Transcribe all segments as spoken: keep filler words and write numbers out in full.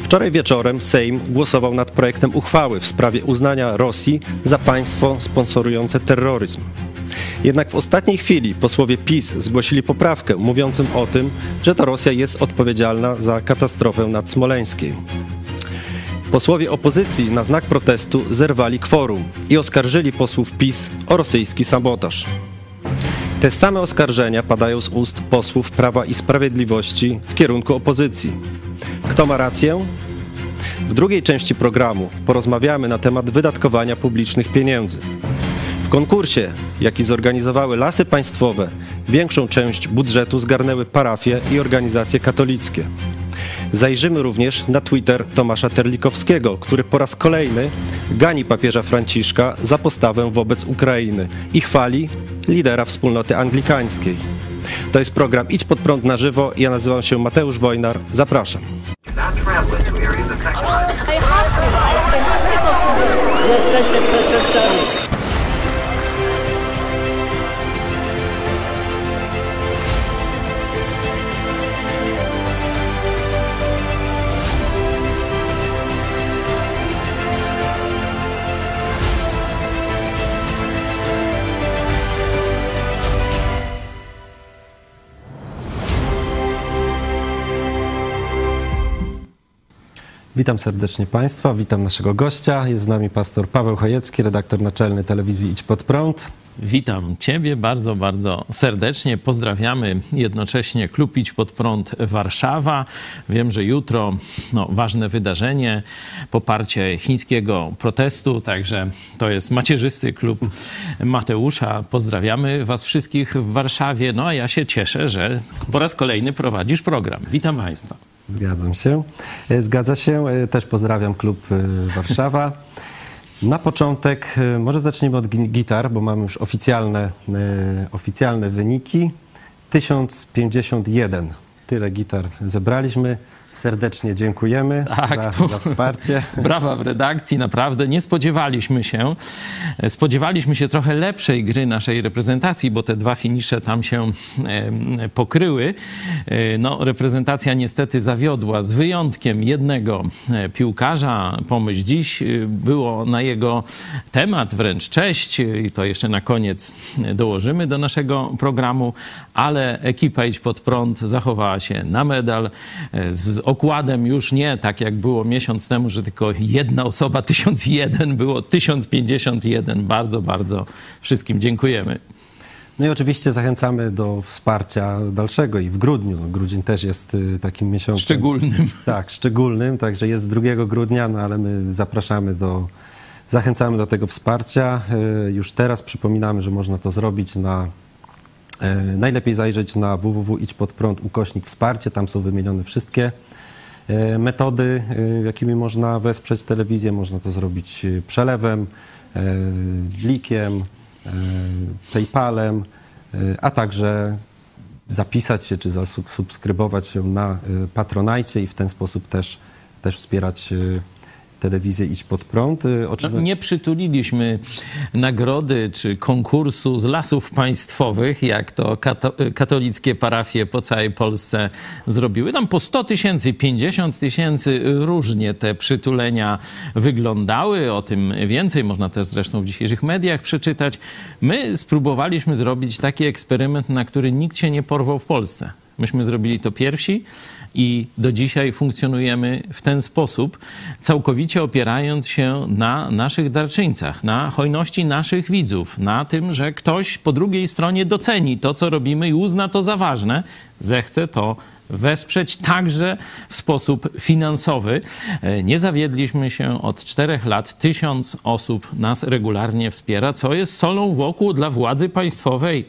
Wczoraj wieczorem Sejm głosował nad projektem uchwały w sprawie uznania Rosji za państwo sponsorujące terroryzm. Jednak w ostatniej chwili posłowie PiS zgłosili poprawkę mówiącą o tym, że to Rosja jest odpowiedzialna za katastrofę nad Smoleńskiem. Posłowie opozycji na znak protestu zerwali kworum i oskarżyli posłów PiS o rosyjski sabotaż. Te same oskarżenia padają z ust posłów Prawa i Sprawiedliwości w kierunku opozycji. Kto ma rację? W drugiej części programu porozmawiamy na temat wydatkowania publicznych pieniędzy. W konkursie, jaki zorganizowały Lasy Państwowe, większą część budżetu zgarnęły parafie i organizacje katolickie. Zajrzymy również na Twitter Tomasza Terlikowskiego, który po raz kolejny gani papieża Franciszka za postawę wobec Ukrainy i chwali lidera wspólnoty anglikańskiej. To jest program Idź Pod Prąd na żywo. Ja nazywam się Mateusz Wojnar. Zapraszam. Jesteście przestępcami. Witam serdecznie Państwa, witam naszego gościa. Jest z nami pastor Paweł Chojecki, redaktor naczelny telewizji Idź Pod Prąd. Witam Ciebie bardzo, bardzo serdecznie. Pozdrawiamy jednocześnie Klub Idź Pod Prąd Warszawa. Wiem, że jutro no, ważne wydarzenie, poparcie chińskiego protestu, także to jest macierzysty klub Mateusza. Pozdrawiamy Was wszystkich w Warszawie. No a ja się cieszę, że po raz kolejny prowadzisz program. Witam Państwa. Zgadzam się. Zgadza się. Też pozdrawiam Klub Warszawa. Na początek może zaczniemy od gitar, bo mamy już oficjalne, oficjalne wyniki. tysiąc pięćdziesiąt jeden. Tyle gitar zebraliśmy. Serdecznie dziękujemy tak, za, za wsparcie. Brawa w redakcji, naprawdę nie spodziewaliśmy się. Spodziewaliśmy się trochę lepszej gry naszej reprezentacji, bo te dwa finisze tam się e, pokryły. E, no, reprezentacja niestety zawiodła, z wyjątkiem jednego piłkarza. Pomyśl dziś, było na jego temat wręcz cześć i to jeszcze na koniec dołożymy do naszego programu, ale ekipa Idź Pod Prąd zachowała się na medal z okładem już nie tak jak było miesiąc temu, że tylko jedna osoba, tysiąc jeden, było tysiąc pięćdziesiąt jeden. Bardzo, bardzo wszystkim dziękujemy. No i oczywiście zachęcamy do wsparcia dalszego i w grudniu. No, grudzień też jest takim miesiącem. Szczególnym. Tak, szczególnym, także jest drugiego grudnia, no ale my zapraszamy do, zachęcamy do tego wsparcia. Już teraz przypominamy, że można to zrobić na najlepiej zajrzeć na w w w kropka idź pod prąd ukośnik wsparcie. Tam są wymienione wszystkie metody, jakimi można wesprzeć telewizję. Można to zrobić przelewem, blikiem, PayPalem, a także zapisać się czy zasubskrybować się na Patronite i w ten sposób też, też wspierać telewizję Idź Pod Prąd. No, nie przytuliliśmy nagrody czy konkursu z Lasów Państwowych, jak to kato katolickie parafie po całej Polsce zrobiły. Tam po sto tysięcy, pięćdziesiąt tysięcy różnie te przytulenia wyglądały. O tym więcej można też zresztą w dzisiejszych mediach przeczytać. My spróbowaliśmy zrobić taki eksperyment, na który nikt się nie porwał w Polsce. Myśmy zrobili to pierwsi i do dzisiaj funkcjonujemy w ten sposób, całkowicie opierając się na naszych darczyńcach, na hojności naszych widzów, na tym, że ktoś po drugiej stronie doceni to, co robimy i uzna to za ważne, zechce to wesprzeć także w sposób finansowy. Nie zawiedliśmy się od czterech lat. Tysiąc osób nas regularnie wspiera, co jest solą wokół dla władzy państwowej.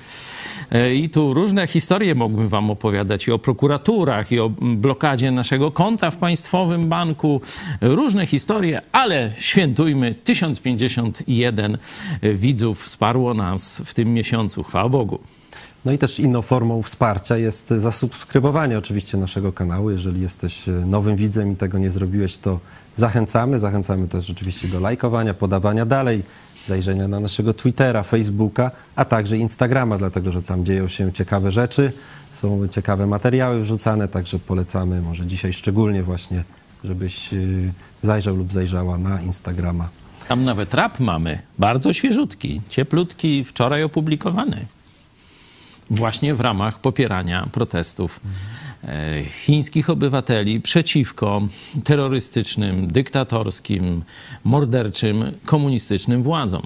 I tu różne historie mógłbym wam opowiadać i o prokuraturach, i o blokadzie naszego konta w Państwowym Banku. Różne historie, ale świętujmy. tysiąc pięćdziesiąt jeden widzów wsparło nas w tym miesiącu. Chwała Bogu. No i też inną formą wsparcia jest zasubskrybowanie oczywiście naszego kanału. Jeżeli jesteś nowym widzem i tego nie zrobiłeś, to zachęcamy. Zachęcamy też rzeczywiście do lajkowania, podawania dalej, zajrzenia na naszego Twittera, Facebooka, a także Instagrama, dlatego że tam dzieją się ciekawe rzeczy, są ciekawe materiały wrzucane, także polecamy może dzisiaj szczególnie właśnie żebyś zajrzał lub zajrzała na Instagrama. Tam nawet rap mamy, bardzo świeżutki, cieplutki, wczoraj opublikowany. Właśnie w ramach popierania protestów e, chińskich obywateli przeciwko terrorystycznym, dyktatorskim, morderczym, komunistycznym władzom.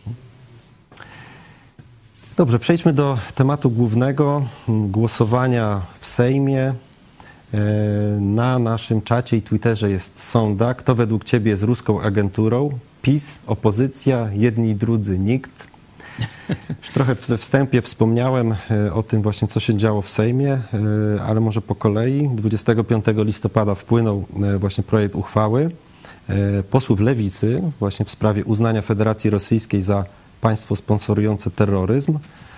Dobrze, przejdźmy do tematu głównego, głosowania w Sejmie. Na naszym czacie i Twitterze jest sonda. Kto według ciebie jest ruską agenturą? PiS, opozycja, jedni i drudzy nikt. Już trochę we wstępie wspomniałem o tym właśnie, co się działo w Sejmie, ale może po kolei. dwudziestego piątego listopada wpłynął właśnie projekt uchwały posłów Lewicy właśnie w sprawie uznania Federacji Rosyjskiej za państwo sponsorujące terroryzm.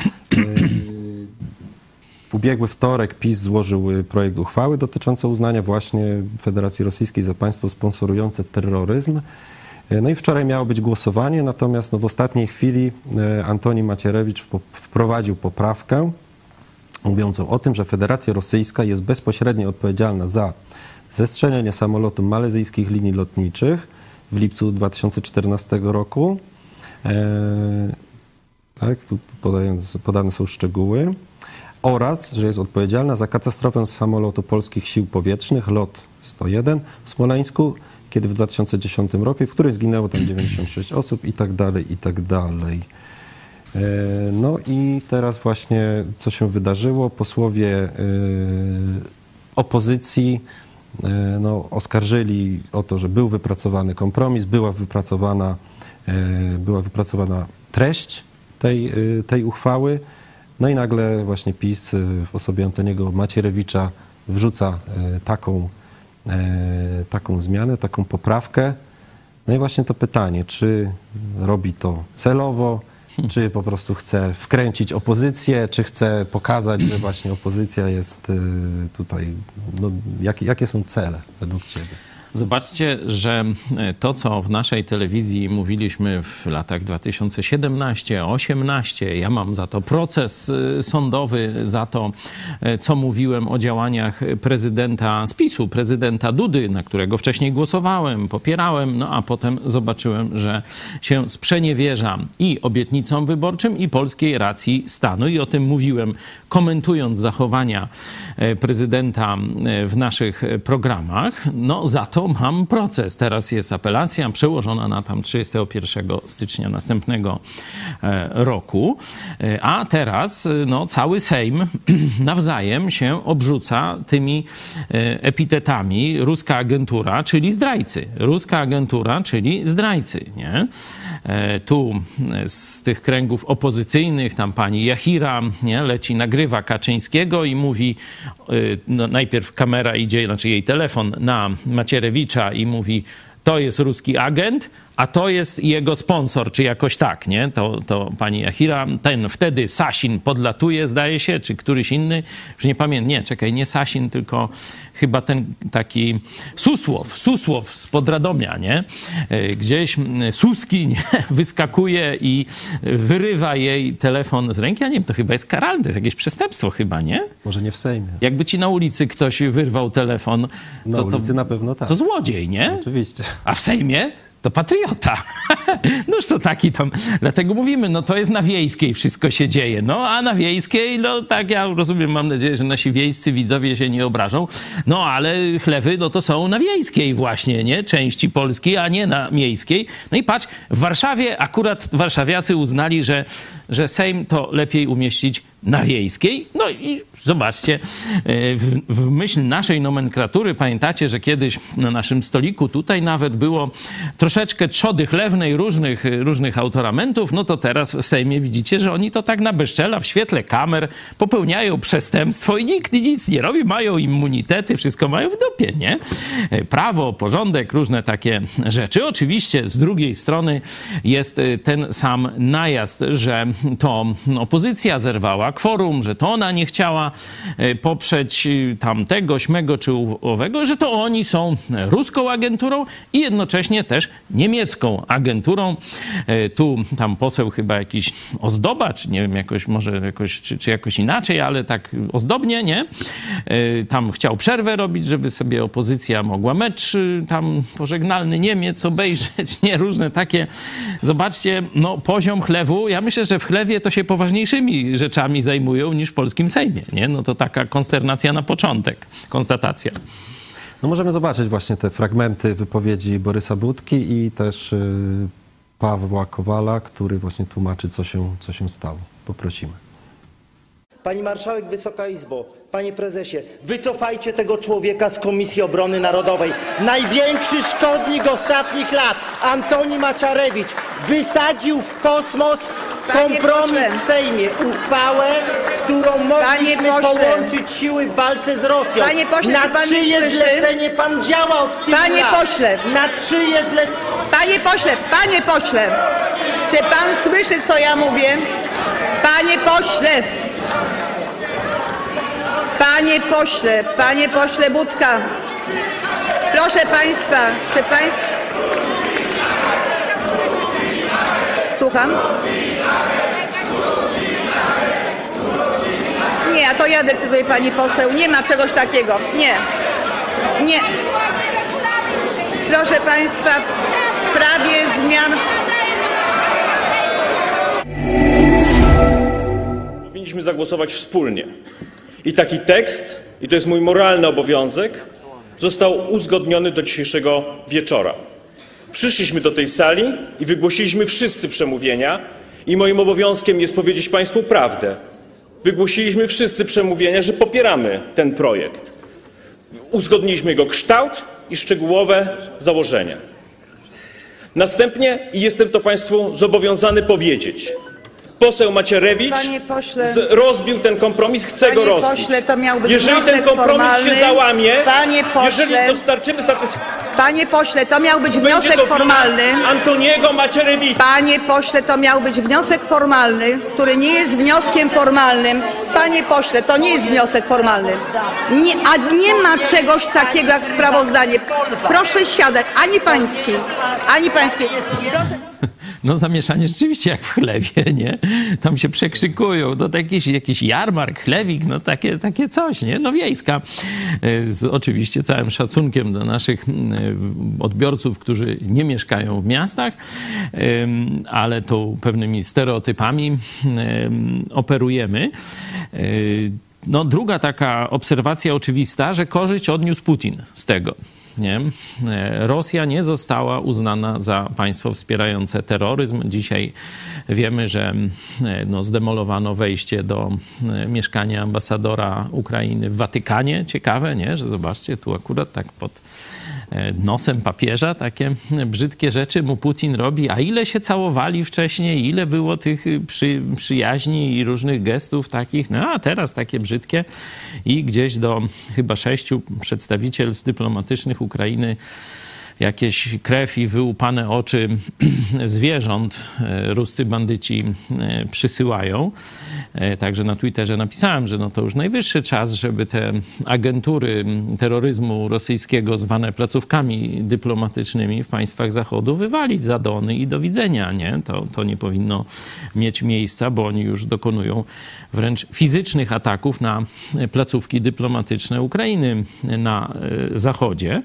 W ubiegły wtorek PiS złożył projekt uchwały dotyczący uznania właśnie Federacji Rosyjskiej za państwo sponsorujące terroryzm. No i wczoraj miało być głosowanie, natomiast no w ostatniej chwili Antoni Macierewicz wprowadził poprawkę mówiącą o tym, że Federacja Rosyjska jest bezpośrednio odpowiedzialna za zestrzelenie samolotu malezyjskich linii lotniczych w lipcu dwa tysiące czternastego roku. Tak, tu podając, podane są szczegóły. Oraz, że jest odpowiedzialna za katastrofę samolotu polskich sił powietrznych LOT sto jeden w Smoleńsku, kiedy w dwa tysiące dziesiątym roku, w której zginęło tam dziewięćdziesiąt sześć osób i tak dalej, i tak dalej. No i teraz właśnie co się wydarzyło? Posłowie opozycji no, oskarżyli o to, że był wypracowany kompromis, była wypracowana, była wypracowana treść tej, tej uchwały. No i nagle właśnie PiS w osobie Antoniego Macierewicza wrzuca taką, taką zmianę, taką poprawkę. No i właśnie to pytanie, czy robi to celowo, czy po prostu chce wkręcić opozycję, czy chce pokazać, że właśnie opozycja jest tutaj, no, jakie, jakie są cele według ciebie? Zobaczcie, że to, co w naszej telewizji mówiliśmy w latach dwa tysiące siedemnastym osiemnastym, ja mam za to proces sądowy, za to, co mówiłem o działaniach prezydenta z PiS-u, prezydenta Dudy, na którego wcześniej głosowałem, popierałem, no a potem zobaczyłem, że się sprzeniewierza i obietnicom wyborczym, i polskiej racji stanu. I o tym mówiłem, komentując zachowania prezydenta w naszych programach. No za to mam proces. Teraz jest apelacja przełożona na tam trzydziestego pierwszego stycznia następnego roku. A teraz no, cały Sejm nawzajem się obrzuca tymi epitetami ruska agentura, czyli zdrajcy. Ruska agentura, czyli zdrajcy, nie? Tu z tych kręgów opozycyjnych, tam pani Jachira, nie, leci, nagrywa Kaczyńskiego i mówi, no, najpierw kamera idzie, znaczy jej telefon na Macierewicza i mówi, to jest ruski agent, a to jest jego sponsor, czy jakoś tak, nie? To, to pani Jachira, ten wtedy Sasin podlatuje, zdaje się, czy któryś inny, już nie pamiętam, nie, czekaj, nie Sasin, tylko chyba ten taki Susłow, Susłow spod Radomia, nie? Gdzieś Suski, nie? Wyskakuje i wyrywa jej telefon z ręki, ja nie wiem, to chyba jest karalne, to jest jakieś przestępstwo chyba, nie? Może nie w Sejmie. Jakby ci na ulicy ktoś wyrwał telefon, na to, ulicy to, na pewno tak. To złodziej, nie? Oczywiście. A w Sejmie? To patriota. Noż to taki tam, dlatego mówimy, no to jest na Wiejskiej wszystko się dzieje. No a na Wiejskiej, no tak ja rozumiem, mam nadzieję, że nasi wiejscy widzowie się nie obrażą. No ale chlewy, no to są na Wiejskiej właśnie, nie? Części Polski, a nie na Miejskiej. No i patrz, w Warszawie akurat warszawiacy uznali, że, że Sejm to lepiej umieścić na Wiejskiej. No i zobaczcie, w, w myśl naszej nomenklatury, pamiętacie, że kiedyś na naszym stoliku tutaj nawet było troszeczkę trzody chlewnej różnych, różnych autoramentów, no to teraz w Sejmie widzicie, że oni to tak na bezczela w świetle kamer popełniają przestępstwo i nikt nic nie robi, mają immunitety, wszystko mają w dupie, nie? Prawo, porządek, różne takie rzeczy. Oczywiście z drugiej strony jest ten sam najazd, że to opozycja zerwała kworum, że to ona nie chciała poprzeć tamtego, śmego czy owego, że to oni są ruską agenturą i jednocześnie też niemiecką agenturą. Tu tam poseł chyba jakiś Ozdoba, czy nie wiem, jakoś może jakoś, czy, czy jakoś inaczej, ale tak ozdobnie, nie? Tam chciał przerwę robić, żeby sobie opozycja mogła mecz tam pożegnalny Niemiec obejrzeć, nie? Różne takie. Zobaczcie, no poziom chlewu. Ja myślę, że w chlewie to się poważniejszymi rzeczami zajmują niż w polskim Sejmie, nie? No to taka konsternacja na początek, konstatacja. No możemy zobaczyć właśnie te fragmenty wypowiedzi Borysa Budki i też y, Pawła Kowala, który właśnie tłumaczy, co się, co się stało. Poprosimy. Pani Marszałek, Wysoka Izbo, Panie Prezesie, wycofajcie tego człowieka z Komisji Obrony Narodowej. Największy szkodnik ostatnich lat, Antoni Macierewicz, wysadził w kosmos kompromis w Sejmie, uchwałę, którą mogliśmy połączyć siły w walce z Rosją. Panie pośle, na czy pan czyje mnie słyszy? zlecenie pan działa od tylu Panie lat? pośle. Na czyje zlecenie... Panie pośle, panie pośle, czy pan słyszy, co ja mówię? Panie pośle, panie pośle, panie pośle Budka, proszę państwa, czy państwo... Słucham? Nie, a to ja decyduję, pani poseł, nie ma czegoś takiego, nie, nie. Proszę państwa, w sprawie zmian... Powinniśmy zagłosować wspólnie. I taki tekst, i to jest mój moralny obowiązek, został uzgodniony do dzisiejszego wieczora. Przyszliśmy do tej sali i wygłosiliśmy wszyscy przemówienia i moim obowiązkiem jest powiedzieć państwu prawdę. Wygłosiliśmy wszyscy przemówienia, że popieramy ten projekt. Uzgodniliśmy jego kształt i szczegółowe założenia. Następnie, i jestem to państwu zobowiązany powiedzieć, poseł Macierewicz Panie pośle, z, rozbił ten kompromis, chce Panie go rozbić. pośle, to miał być jeżeli ten wniosek kompromis formalny. się załamie, Panie pośle, jeżeli dostarczymy satysfakcji, Panie pośle, to miał być będzie wniosek to wina formalny. Antoniego Macierewicza. Panie pośle, to miał być wniosek formalny, który nie jest wnioskiem formalnym. Panie pośle, to nie jest wniosek formalny. Nie, a nie ma czegoś takiego jak sprawozdanie. Proszę siadać, ani pański, ani pański. Proszę... No zamieszanie rzeczywiście jak w chlewie, nie? Tam się przekrzykują, no to jakiś, jakiś jarmark, chlewik, no takie, takie coś, nie? No wiejska. Z oczywiście całym szacunkiem do naszych odbiorców, którzy nie mieszkają w miastach, ale tu pewnymi stereotypami operujemy. No druga taka obserwacja oczywista, że korzyść odniósł Putin z tego. Nie? Rosja nie została uznana za państwo wspierające terroryzm. Dzisiaj wiemy, że no, zdemolowano wejście do mieszkania ambasadora Ukrainy w Watykanie. Ciekawe, nie? Że zobaczcie, tu akurat tak pod nosem papieża takie brzydkie rzeczy mu Putin robi. A ile się całowali wcześniej, ile było tych przy, przyjaźni i różnych gestów takich. No a teraz takie brzydkie. I gdzieś do chyba sześciu przedstawicielstw dyplomatycznych Ukrainy jakieś krew i wyłupane oczy zwierząt ruscy bandyci przysyłają. Także na Twitterze napisałem, że no to już najwyższy czas, żeby te agentury terroryzmu rosyjskiego zwane placówkami dyplomatycznymi w państwach Zachodu wywalić za dony i do widzenia, nie? To, to nie powinno mieć miejsca, bo oni już dokonują wręcz fizycznych ataków na placówki dyplomatyczne Ukrainy na Zachodzie.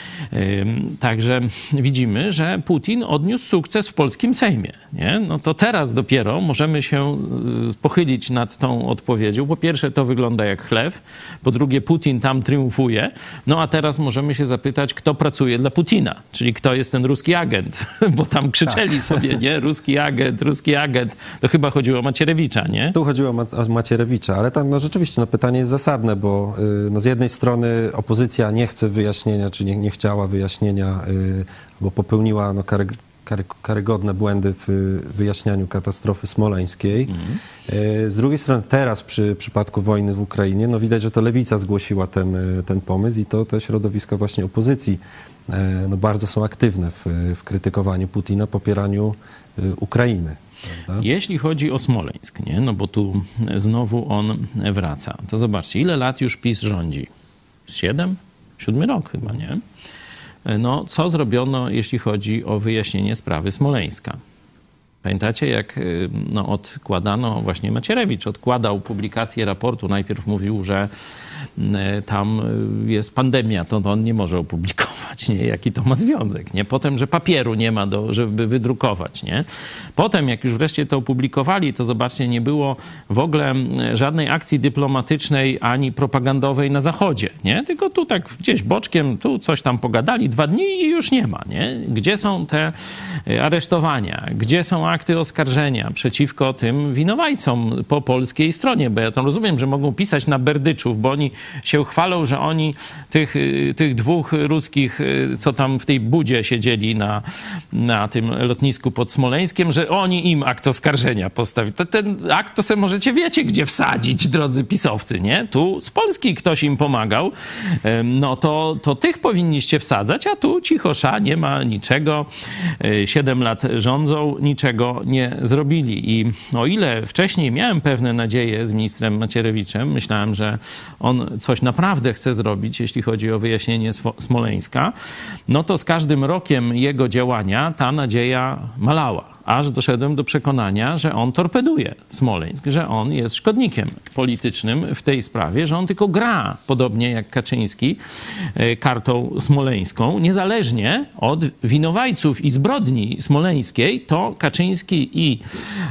Także widzimy, że Putin odniósł sukces w polskim Sejmie. Nie? No to teraz dopiero możemy się pochylić nad tą odpowiedzią. Po pierwsze, to wygląda jak chlew. Po drugie, Putin tam triumfuje. No a teraz możemy się zapytać, kto pracuje dla Putina, czyli kto jest ten ruski agent, bo tam krzyczeli tak sobie, nie? Ruski agent, ruski agent. To chyba chodziło o Macierewicza, nie? Tu chodziło o Macierewicza, ale tam no rzeczywiście no, pytanie jest zasadne, bo no, z jednej strony opozycja nie chce wyjaśnienia, czy nie, nie chciała wyjaśnienia, bo popełniła no, kary, karygodne błędy w wyjaśnianiu katastrofy smoleńskiej. Mm. Z drugiej strony teraz przy przypadku wojny w Ukrainie, no widać, że to Lewica zgłosiła ten, ten pomysł i to te środowiska właśnie opozycji no bardzo są aktywne w, w krytykowaniu Putina, popieraniu Ukrainy. Prawda? Jeśli chodzi o Smoleńsk, nie? No bo tu znowu on wraca, to zobaczcie, ile lat już PiS rządzi? Siedem? Siódmy rok chyba, nie? No, co zrobiono, jeśli chodzi o wyjaśnienie sprawy Smoleńska? Pamiętacie, jak no, odkładano, właśnie Macierewicz odkładał publikację raportu. Najpierw mówił, że tam jest pandemia, to on nie może opublikować, nie? Jaki to ma związek, nie? Potem, że papieru nie ma, do, żeby wydrukować, nie? Potem, jak już wreszcie to opublikowali, to zobaczcie, nie było w ogóle żadnej akcji dyplomatycznej ani propagandowej na Zachodzie, nie? Tylko tu tak gdzieś boczkiem, tu coś tam pogadali, dwa dni i już nie ma, nie? Gdzie są te aresztowania? Gdzie są akty oskarżenia przeciwko tym winowajcom po polskiej stronie? Bo ja to rozumiem, że mogą pisać na berdyczów, bo oni się chwalą, że oni tych, tych dwóch ruskich, co tam w tej budzie siedzieli na, na tym lotnisku pod Smoleńskiem, że oni im akt oskarżenia postawili. Ten akt to sobie możecie wiecie, gdzie wsadzić, drodzy pisowcy, nie? Tu z Polski ktoś im pomagał, no to, to tych powinniście wsadzać, a tu cichosza, nie ma niczego. Siedem lat rządzą, niczego nie zrobili. I o ile wcześniej miałem pewne nadzieje z ministrem Macierewiczem, myślałem, że on coś naprawdę chce zrobić, jeśli chodzi o wyjaśnienie Smoleńska, no to z każdym rokiem jego działania ta nadzieja malała. Aż doszedłem do przekonania, że on torpeduje Smoleńsk, że on jest szkodnikiem politycznym w tej sprawie, że on tylko gra, podobnie jak Kaczyński, kartą smoleńską. Niezależnie od winowajców i zbrodni smoleńskiej, to Kaczyński i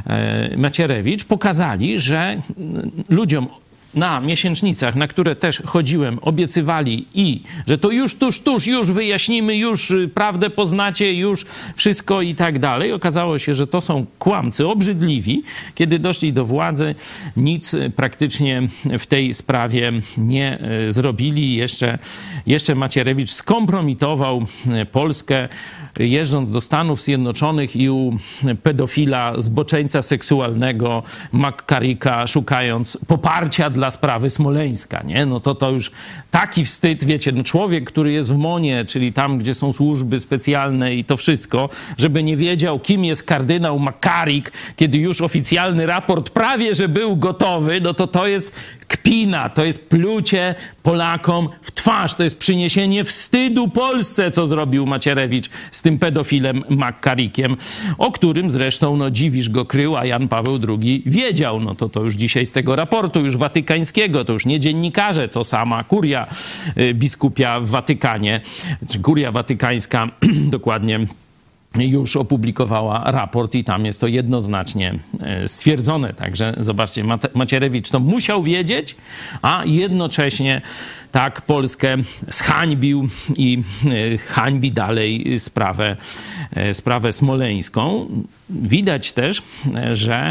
Macierewicz pokazali, że ludziom na miesięcznicach, na które też chodziłem, obiecywali i że to już tuż, tuż, już wyjaśnimy, już prawdę poznacie, już wszystko i tak dalej. Okazało się, że to są kłamcy obrzydliwi. Kiedy doszli do władzy, nic praktycznie w tej sprawie nie zrobili. Jeszcze, jeszcze Macierewicz skompromitował Polskę, jeżdżąc do Stanów Zjednoczonych i u pedofila, zboczeńca seksualnego McCarricka, szukając poparcia dla sprawy Smoleńska, nie? No to to już taki wstyd, wiecie, no człowiek, który jest w MONie, czyli tam, gdzie są służby specjalne i to wszystko, żeby nie wiedział, kim jest kardynał McCarrick, kiedy już oficjalny raport prawie, że był gotowy, no to to jest kpina, to jest plucie Polakom w twarz, to jest przyniesienie wstydu Polsce, co zrobił Macierewicz z tym pedofilem McCarrickiem, o którym zresztą, no dziwisz go krył, a Jan Paweł drugi wiedział. No to to już dzisiaj z tego raportu, już watykańskiego, to już nie dziennikarze, to sama kuria biskupia w Watykanie, czy kuria watykańska dokładnie już opublikowała raport i tam jest to jednoznacznie stwierdzone. Także zobaczcie, Macierewicz to musiał wiedzieć, a jednocześnie tak Polskę zhańbił i hańbi dalej sprawę, sprawę smoleńską. Widać też, że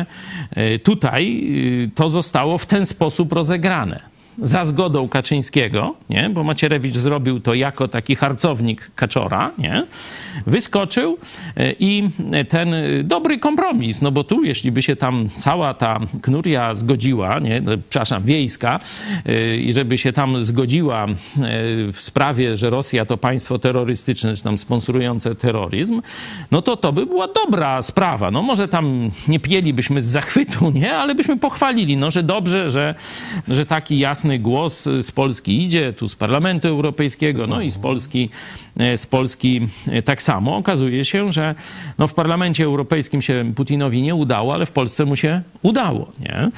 tutaj to zostało w ten sposób rozegrane. Za zgodą Kaczyńskiego, nie? Bo Macierewicz zrobił to jako taki harcownik Kaczora, nie? Wyskoczył i ten dobry kompromis, no bo tu, jeśli by się tam cała ta knuria zgodziła, nie? Przepraszam, wiejska, i żeby się tam zgodziła w sprawie, że Rosja to państwo terrorystyczne, czy tam sponsorujące terroryzm, no to to by była dobra sprawa. No może tam nie pijelibyśmy z zachwytu, nie? Ale byśmy pochwalili, no że dobrze, że, że taki jasny głos z Polski idzie, tu z Parlamentu Europejskiego, no i z Polski, z Polski tak samo. Okazuje się, że no w Parlamencie Europejskim się Putinowi nie udało, ale w Polsce mu się udało, nie?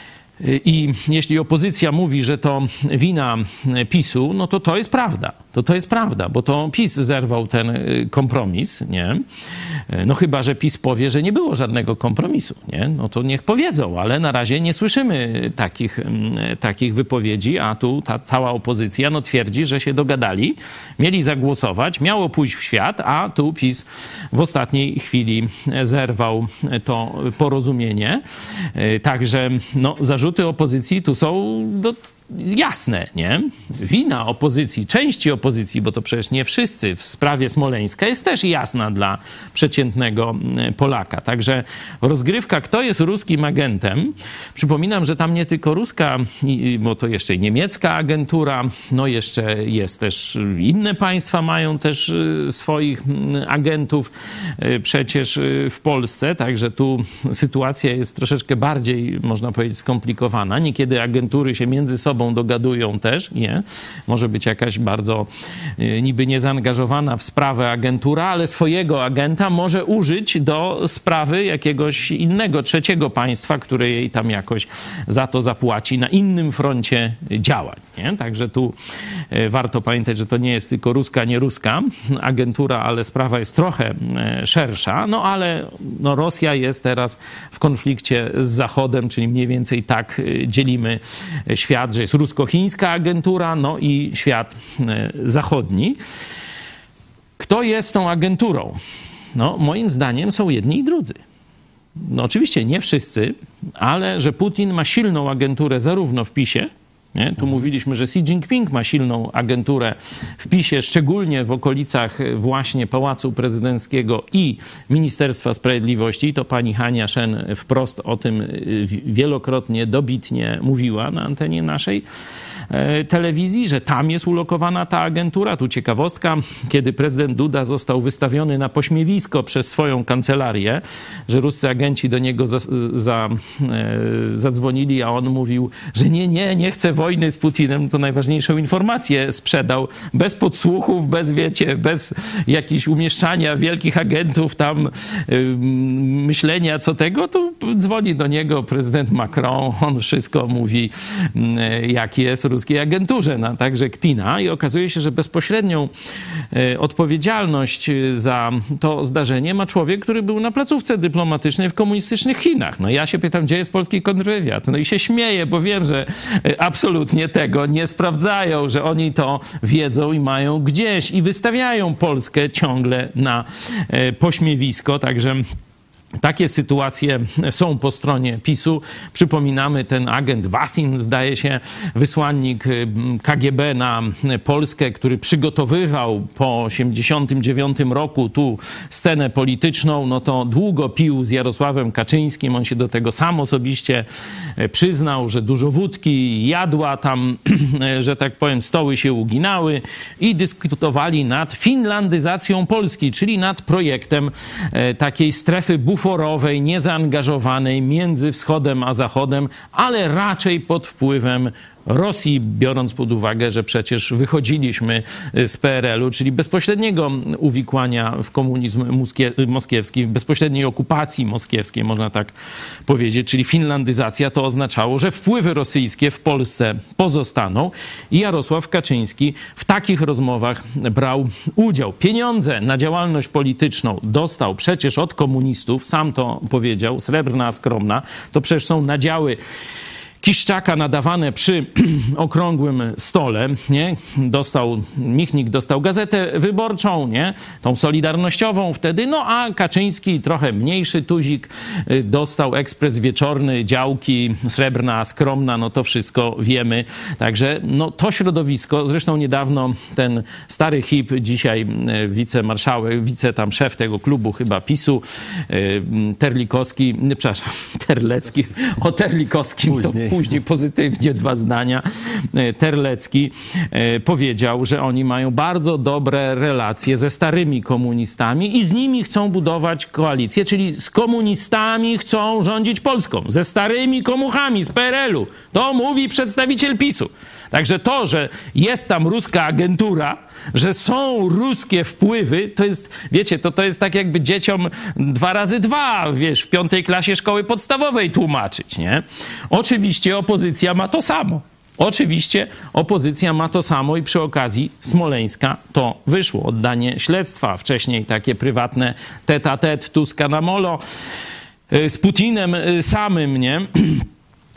I jeśli opozycja mówi, że to wina PiSu, no to to jest prawda. To to jest prawda, bo to PiS zerwał ten kompromis, nie? No chyba, że PiS powie, że nie było żadnego kompromisu, nie? No to niech powiedzą, ale na razie nie słyszymy takich, takich wypowiedzi, a tu ta cała opozycja no twierdzi, że się dogadali, mieli zagłosować, miało pójść w świat, a tu PiS w ostatniej chwili zerwał to porozumienie. Także no zarzuty opozycji tu są do jasne, nie? Wina opozycji, części opozycji, bo to przecież nie wszyscy w sprawie Smoleńska jest też jasna dla przeciętnego Polaka. Także rozgrywka, kto jest ruskim agentem. Przypominam, że tam nie tylko ruska, bo to jeszcze i niemiecka agentura, no jeszcze jest też inne państwa mają też swoich agentów przecież w Polsce, także tu sytuacja jest troszeczkę bardziej, można powiedzieć, skomplikowana. Niekiedy agentury się między sobą dogadują też, nie? Może być jakaś bardzo y, niby niezaangażowana w sprawę agentura, ale swojego agenta może użyć do sprawy jakiegoś innego, trzeciego państwa, które jej tam jakoś za to zapłaci na innym froncie działań, nie? Także tu y, warto pamiętać, że to nie jest tylko ruska, nie ruska agentura, ale sprawa jest trochę y, szersza, no ale no, Rosja jest teraz w konflikcie z Zachodem, czyli mniej więcej tak y, dzielimy świat, że jest rusko-chińska agentura, no i świat zachodni. Kto jest tą agenturą? No, moim zdaniem są jedni i drudzy. No, oczywiście nie wszyscy, ale że Putin ma silną agenturę zarówno w PiSie, nie? Tu mówiliśmy, że Xi Jinping ma silną agenturę w PiSie, szczególnie w okolicach właśnie Pałacu Prezydenckiego i Ministerstwa Sprawiedliwości. To pani Hania Szen wprost o tym wielokrotnie, dobitnie mówiła na antenie naszej telewizji, że tam jest ulokowana ta agentura. Tu ciekawostka, kiedy prezydent Duda został wystawiony na pośmiewisko przez swoją kancelarię, że ruscy agenci do niego za, za, zadzwonili, a on mówił, że nie, nie, nie chce wojny z Putinem, to najważniejszą informację sprzedał, bez podsłuchów, bez, wiecie, bez jakichś umieszczania wielkich agentów tam, yy, myślenia co tego, to dzwoni do niego prezydent Macron, on wszystko mówi, yy, jaki jest ruskiej agenturze, no, także kpina i okazuje się, że bezpośrednią yy, odpowiedzialność za to zdarzenie ma człowiek, który był na placówce dyplomatycznej w komunistycznych Chinach. No ja się pytam, gdzie jest polski kontrwywiad? No i się śmieję, bo wiem, że yy, absolutnie tego nie sprawdzają, że oni to wiedzą i mają gdzieś i wystawiają Polskę ciągle na e, pośmiewisko, także takie sytuacje są po stronie PiSu. Przypominamy, ten agent Wasin, zdaje się, wysłannik K G B na Polskę, który przygotowywał po osiemdziesiątym dziewiątym roku tu scenę polityczną, no to długo pił z Jarosławem Kaczyńskim. On się do tego sam osobiście przyznał, że dużo wódki jadła tam, że tak powiem, stoły się uginały i dyskutowali nad finlandyzacją Polski, czyli nad projektem takiej strefy buforowej, buforowej, niezaangażowanej między wschodem a zachodem, ale raczej pod wpływem Rosji, biorąc pod uwagę, że przecież wychodziliśmy z P R L u, czyli bezpośredniego uwikłania w komunizm moskiewski, bezpośredniej okupacji moskiewskiej, można tak powiedzieć, czyli finlandyzacja, to oznaczało, że wpływy rosyjskie w Polsce pozostaną i Jarosław Kaczyński w takich rozmowach brał udział. Pieniądze na działalność polityczną dostał przecież od komunistów, sam to powiedział, Srebrna Skromna, to przecież są nadziały Kiszczaka nadawane przy okrągłym stole, nie? Dostał, Michnik dostał Gazetę Wyborczą, nie? Tą Solidarnościową wtedy, no a Kaczyński, trochę mniejszy tuzik, dostał Ekspres Wieczorny, działki, Srebrna Skromna, no to wszystko wiemy. Także no to środowisko, zresztą niedawno ten stary hip, dzisiaj wicemarszałek, wice tam szef tego klubu chyba PiSu, Terlikowski, nie, przepraszam, Terlecki, o Terlikowskim to później pozytywnie dwa zdania. Terlecki powiedział, że oni mają bardzo dobre relacje ze starymi komunistami i z nimi chcą budować koalicję, czyli z komunistami chcą rządzić Polską, ze starymi komuchami z P R L u. To mówi przedstawiciel PiSu. Także to, że jest tam ruska agentura, że są ruskie wpływy, to jest, wiecie, to, to jest tak jakby dzieciom dwa razy dwa, wiesz, w piątej klasie szkoły podstawowej tłumaczyć, nie? Oczywiście opozycja ma to samo. Oczywiście opozycja ma to samo i przy okazji Smoleńska to wyszło. Oddanie śledztwa, wcześniej takie prywatne tete a tete Tuska na molo z Putinem samym, nie?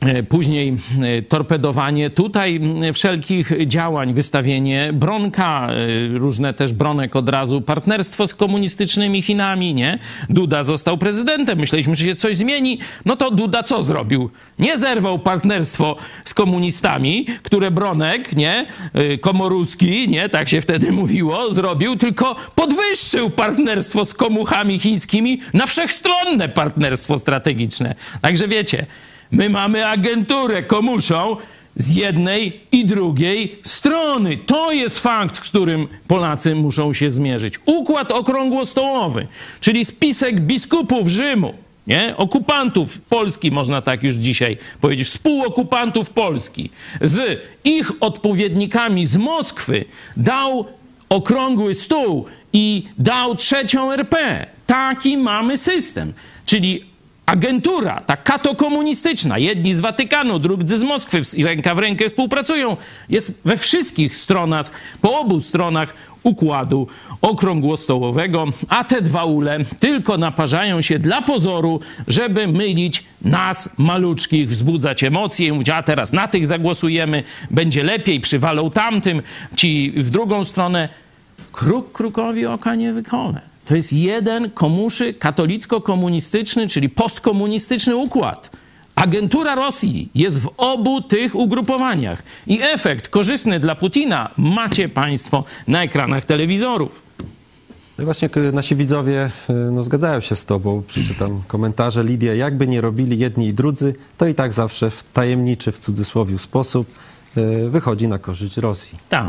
Później torpedowanie tutaj wszelkich działań, wystawienie Bronka, różne też Bronek od razu, partnerstwo z komunistycznymi Chinami, nie? Duda został prezydentem, myśleliśmy, że się coś zmieni, no to Duda co zrobił? Nie zerwał partnerstwo z komunistami, które Bronek, nie? Komoruski, nie? Tak się wtedy mówiło, zrobił, tylko podwyższył partnerstwo z komuchami chińskimi na wszechstronne partnerstwo strategiczne. Także wiecie, my mamy agenturę komuszą z jednej i drugiej strony. To jest fakt, z którym Polacy muszą się zmierzyć. Układ okrągłostołowy, czyli spisek biskupów Rzymu, nie? Okupantów Polski, można tak już dzisiaj powiedzieć, współokupantów Polski, z ich odpowiednikami z Moskwy dał okrągły stół i dał trzecią R P. Taki mamy system, czyli agentura, ta katokomunistyczna, jedni z Watykanu, drudzy z Moskwy, ręka w rękę współpracują, jest we wszystkich stronach, po obu stronach układu okrągłostołowego, a te dwa ule tylko naparzają się dla pozoru, żeby mylić nas, maluczkich, wzbudzać emocje i mówić, a teraz na tych zagłosujemy, będzie lepiej, przywalą tamtym, ci w drugą stronę. Kruk krukowi oka nie wykole. To jest jeden komuszy katolicko-komunistyczny, czyli postkomunistyczny układ. Agentura Rosji jest w obu tych ugrupowaniach. I efekt korzystny dla Putina macie państwo na ekranach telewizorów. No i właśnie nasi widzowie no, zgadzają się z tobą. Przeczytam komentarze. Lidia, jakby nie robili jedni i drudzy, to i tak zawsze w tajemniczy, w cudzysłowie sposób wychodzi na korzyść Rosji. Tak.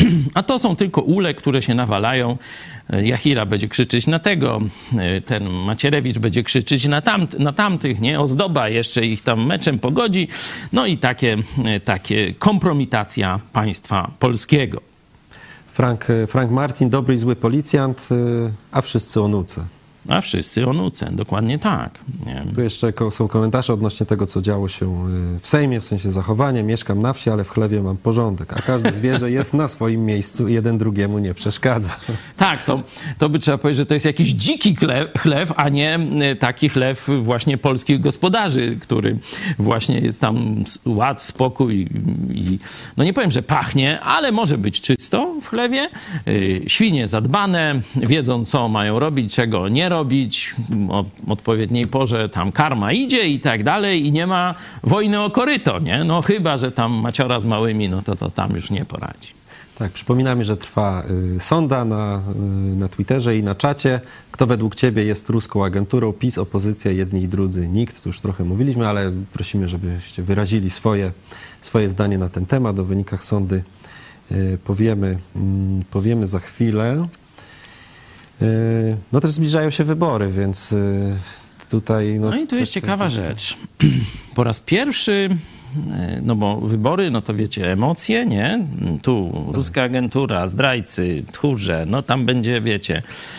A to są tylko ule, które się nawalają. Jachira będzie krzyczeć na tego, ten Macierewicz będzie krzyczeć na, tamt, na tamtych, nie? Ozdoba jeszcze ich tam meczem pogodzi. No i takie, takie kompromitacja państwa polskiego. Frank, Frank Martin, dobry i zły policjant, a wszyscy o nuce. A wszyscy o nuce, dokładnie tak. Nie? Tu jeszcze są komentarze odnośnie tego, co działo się w Sejmie, w sensie zachowania. Mieszkam na wsi, ale w chlewie mam porządek. A każde zwierzę jest na swoim miejscu i jeden drugiemu nie przeszkadza. Tak, to, to by trzeba powiedzieć, że to jest jakiś dziki chlew, a nie taki chlew właśnie polskich gospodarzy, który właśnie jest tam ład, spokój i no nie powiem, że pachnie, ale może być czysto w chlewie. Świnie zadbane, wiedzą, co mają robić, czego nie robić, o odpowiedniej porze tam karma idzie i tak dalej i nie ma wojny o koryto, nie? No chyba, że tam maciora z małymi, no to, to tam już nie poradzi. Tak, przypominamy, że trwa y, sonda na, y, na Twitterze i na czacie. Kto według ciebie jest ruską agenturą? PiS, opozycja, jedni i drudzy, nikt. Tu już trochę mówiliśmy, ale prosimy, żebyście wyrazili swoje, swoje zdanie na ten temat. O wynikach sondy y, powiemy, y, powiemy za chwilę. No też zbliżają się wybory, więc tutaj... No, no i tu jest ciekawa rzecz. Po raz pierwszy, no bo wybory, no to wiecie, emocje, nie? Tu ruska agentura, zdrajcy, tchórze, no tam będzie, wiecie...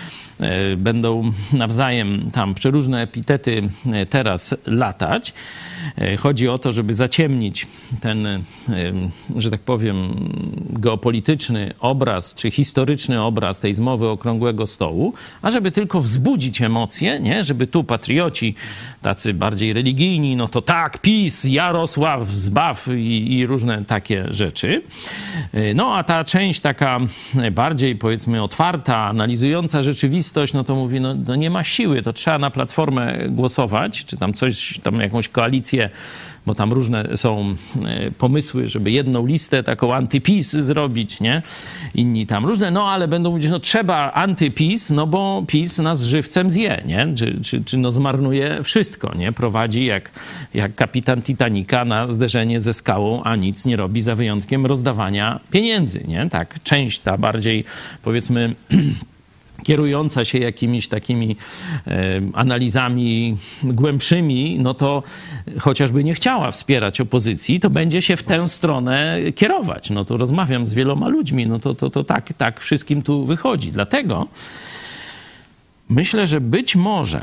Będą nawzajem tam przeróżne epitety teraz latać. Chodzi o to, żeby zaciemnić ten, że tak powiem, geopolityczny obraz, czy historyczny obraz tej zmowy okrągłego stołu, a żeby tylko wzbudzić emocje, nie? Żeby tu patrioci tacy bardziej religijni, no to tak, PiS, Jarosław, zbaw i, i różne takie rzeczy. No a ta część taka bardziej, powiedzmy, otwarta, analizująca rzeczywistość, no to mówi, no, no nie ma siły, to trzeba na Platformę głosować, czy tam coś, tam jakąś koalicję, bo tam różne są pomysły, żeby jedną listę taką antypis zrobić, nie? Inni tam różne, no ale będą mówić, no trzeba antypis, no bo PiS nas żywcem zje, nie? Czy, czy, czy no zmarnuje wszystko, nie? Prowadzi jak, jak kapitan Titanica na zderzenie ze skałą, a nic nie robi za wyjątkiem rozdawania pieniędzy, nie? Tak, część ta bardziej, powiedzmy... kierująca się jakimiś takimi e, analizami głębszymi, no to chociażby nie chciała wspierać opozycji, to będzie się w tę stronę kierować. No to rozmawiam z wieloma ludźmi, no to, to, to tak, tak wszystkim tu wychodzi. Dlatego myślę, że być może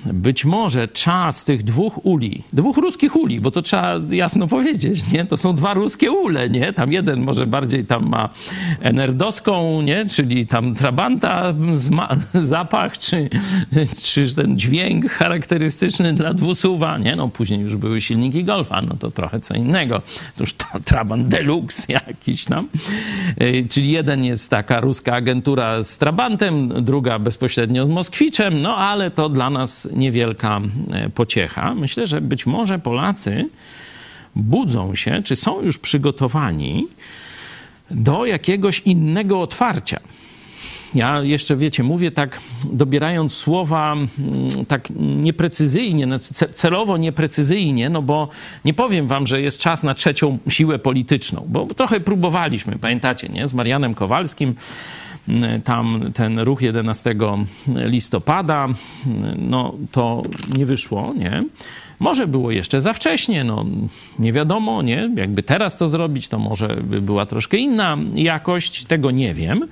być może czas tych dwóch uli, dwóch ruskich uli, bo to trzeba jasno powiedzieć, nie? To są dwa ruskie ule, nie? Tam jeden może bardziej tam ma enerdowską, nie? Czyli tam trabanta, zapach, czy, czy ten dźwięk charakterystyczny dla dwusuwa, nie? No później już były silniki Golfa, no to trochę co innego. To już trabant deluxe jakiś tam. Czyli jeden jest taka ruska agentura z trabantem, druga bezpośrednio z Moskwiczem, no ale to dla nas niewielka pociecha. Myślę, że być może Polacy budzą się, czy są już przygotowani do jakiegoś innego otwarcia. Ja jeszcze, wiecie, mówię tak, dobierając słowa tak nieprecyzyjnie, celowo nieprecyzyjnie, no bo nie powiem wam, że jest czas na trzecią siłę polityczną, bo trochę próbowaliśmy, pamiętacie, nie? Z Marianem Kowalskim, tam ten ruch jedenastego listopada, no to nie wyszło, nie? Może było jeszcze za wcześnie, no nie wiadomo, nie? Jakby teraz to zrobić, to może by była troszkę inna jakość, tego nie wiem.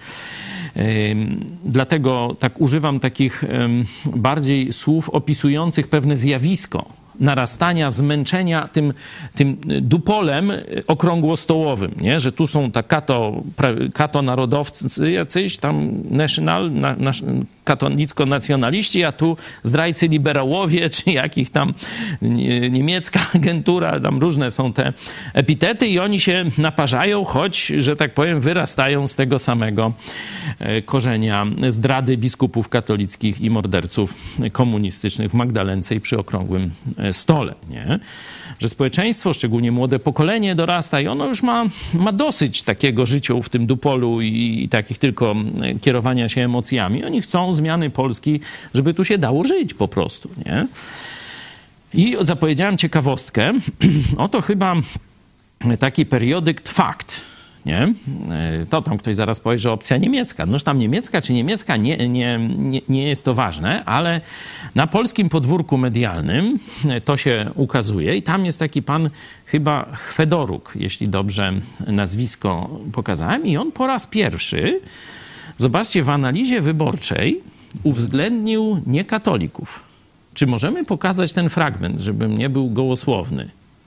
Dlatego tak używam takich bardziej słów opisujących pewne zjawisko narastania, zmęczenia tym, tym dupolem okrągłostołowym, nie? Że tu są ta kato, kato narodowcy jacyś tam national, na, na, katolicko-nacjonaliści, a tu zdrajcy liberałowie, czy jakich tam niemiecka agentura, tam różne są te epitety i oni się naparzają, choć, że tak powiem, wyrastają z tego samego korzenia zdrady biskupów katolickich i morderców komunistycznych w Magdalence i przy okrągłym stole, nie? Że społeczeństwo, szczególnie młode pokolenie dorasta i ono już ma, ma dosyć takiego życia w tym dupolu i, i takich tylko kierowania się emocjami. Oni chcą zmiany Polski, żeby tu się dało żyć po prostu, nie? I zapowiedziałem ciekawostkę. Oto chyba taki periodyk Fakt. Nie? To tam ktoś zaraz powie, że opcja niemiecka. Noż tam niemiecka czy niemiecka, nie, nie, nie, nie jest to ważne, ale na polskim podwórku medialnym to się ukazuje i tam jest taki pan chyba Chwedoruk, jeśli dobrze nazwisko pokazałem i on po raz pierwszy, zobaczcie, w analizie wyborczej uwzględnił niekatolików. Czy możemy pokazać ten fragment, żebym nie był gołosłowny?